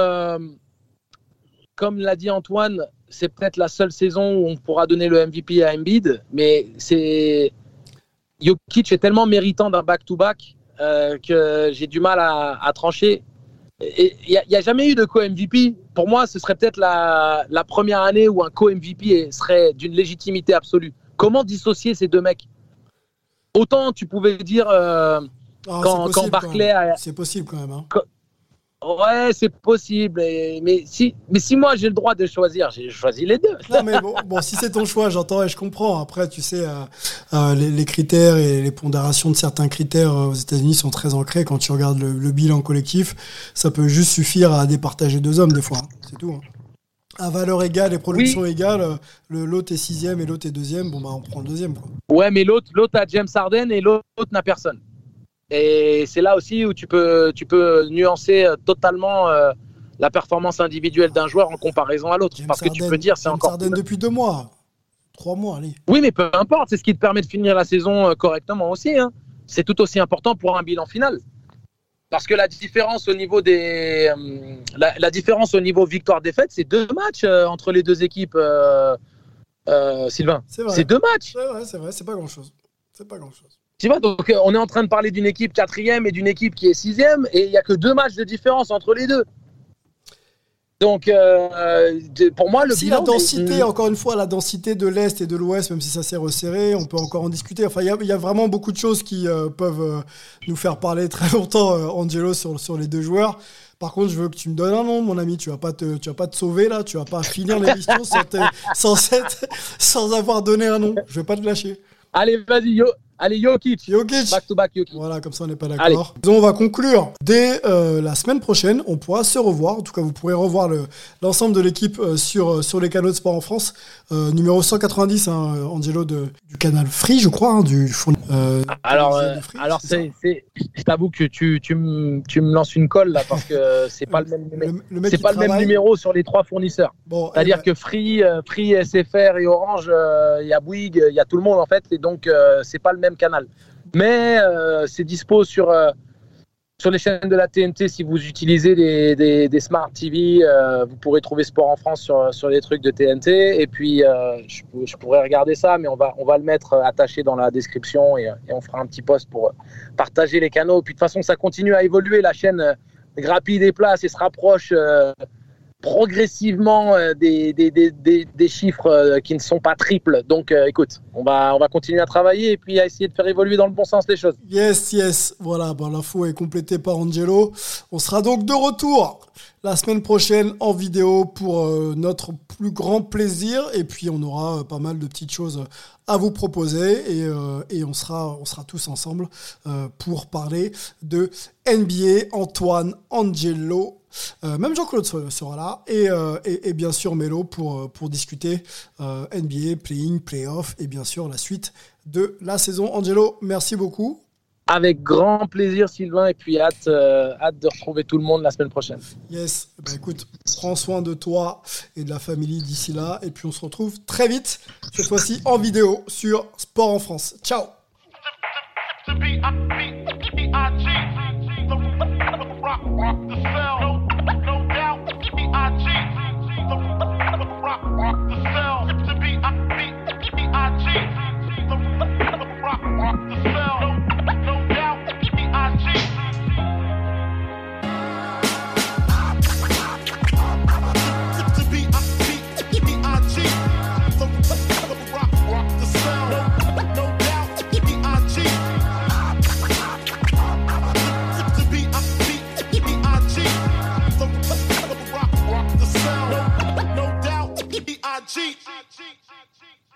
comme l'a dit Antoine, c'est peut-être la seule saison où on pourra donner le MVP à Embiid, mais Jokic est tellement méritant d'un back-to-back que j'ai du mal à trancher. Il n'y a jamais eu de co-MVP. Pour moi, ce serait peut-être la première année où un co-MVP serait d'une légitimité absolue. Comment dissocier ces deux mecs? Autant tu pouvais dire quand Barclay... C'est possible quand même. Ouais, c'est possible. Mais si moi j'ai le droit de choisir, j'ai choisi les deux. Non, mais bon, si c'est ton choix, j'entends et je comprends. Après, tu sais, les critères et les pondérations de certains critères aux États-Unis sont très ancrés. Quand tu regardes le bilan collectif, ça peut juste suffire à départager deux hommes des fois. C'est tout. À valeur égale et production égale, l'autre est 6e et l'autre est 2e. Bon, on prend le 2e. Quoi. Ouais, mais l'autre a James Harden et l'autre n'a personne. Et c'est là aussi où tu peux nuancer totalement la performance individuelle d'un joueur en comparaison à l'autre. Parce que tu peux dire c'est encore... James Harden depuis 2 mois, 3 mois, allez. Oui, mais peu importe, c'est ce qui te permet de finir la saison correctement aussi. C'est tout aussi important pour un bilan final. Parce que la différence au niveau la différence au niveau victoire-défaite, c'est 2 matchs entre les deux équipes, Sylvain. C'est 2 matchs. C'est vrai, c'est pas grand-chose. Tu vois, donc on est en train de parler d'une équipe 4e et d'une équipe qui est 6e, et il n'y a que 2 matchs de différence entre les deux. Donc, pour moi, le bilan... La densité, encore une fois, la densité de l'Est et de l'Ouest, même si ça s'est resserré, on peut encore en discuter. Enfin, il y a vraiment beaucoup de choses qui peuvent nous faire parler très longtemps, Angelo, sur les deux joueurs. Par contre, je veux que tu me donnes un nom, mon ami. Tu vas pas te sauver, là. Tu vas pas finir l'émission sans avoir donné un nom. Je vais pas te lâcher. Allez, vas-y, Jokic. Back-to-back Jokic. Voilà, comme ça, on n'est pas d'accord. Donc, on va conclure. Dès la semaine prochaine, on pourra se revoir. En tout cas, vous pourrez revoir l'ensemble de l'équipe sur les canaux de sport en France. Numéro 190, Angelo, du canal Free, je crois. Alors, je t'avoue que tu me lances une colle, là, parce que c'est pas le même numéro sur les 3 fournisseurs. Bon, c'est-à-dire que Free, SFR et Orange, il y a Bouygues, il y a tout le monde, en fait. Et donc, c'est pas le même canal, mais c'est dispo sur Sur les chaînes de la TNT, si vous utilisez des Smart TV, vous pourrez trouver Sport en France sur les trucs de TNT. Et puis, je pourrais regarder ça, mais on va le mettre attaché dans la description et on fera un petit post pour partager les canaux. Puis de toute façon, ça continue à évoluer. La chaîne grappille des places et se rapproche progressivement des chiffres qui ne sont pas triples. Donc, écoute, on va continuer à travailler et puis à essayer de faire évoluer dans le bon sens les choses. Yes. Voilà, l'info est complétée par Angelo. On sera donc de retour la semaine prochaine en vidéo pour notre plus grand plaisir. Et puis, on aura pas mal de petites choses à vous proposer. Et on sera tous ensemble pour parler de NBA. Antoine, Angelo, même Jean-Claude sera là et bien sûr Mélo pour discuter NBA, play-in, play-off et bien sûr la suite de la saison. Angelo, merci beaucoup. Avec grand plaisir Sylvain et puis hâte de retrouver tout le monde la semaine prochaine. Yes, écoute, prends soin de toi et de la famille d'ici là et puis on se retrouve très vite, cette fois-ci en vidéo sur Sport en France. Ciao. G.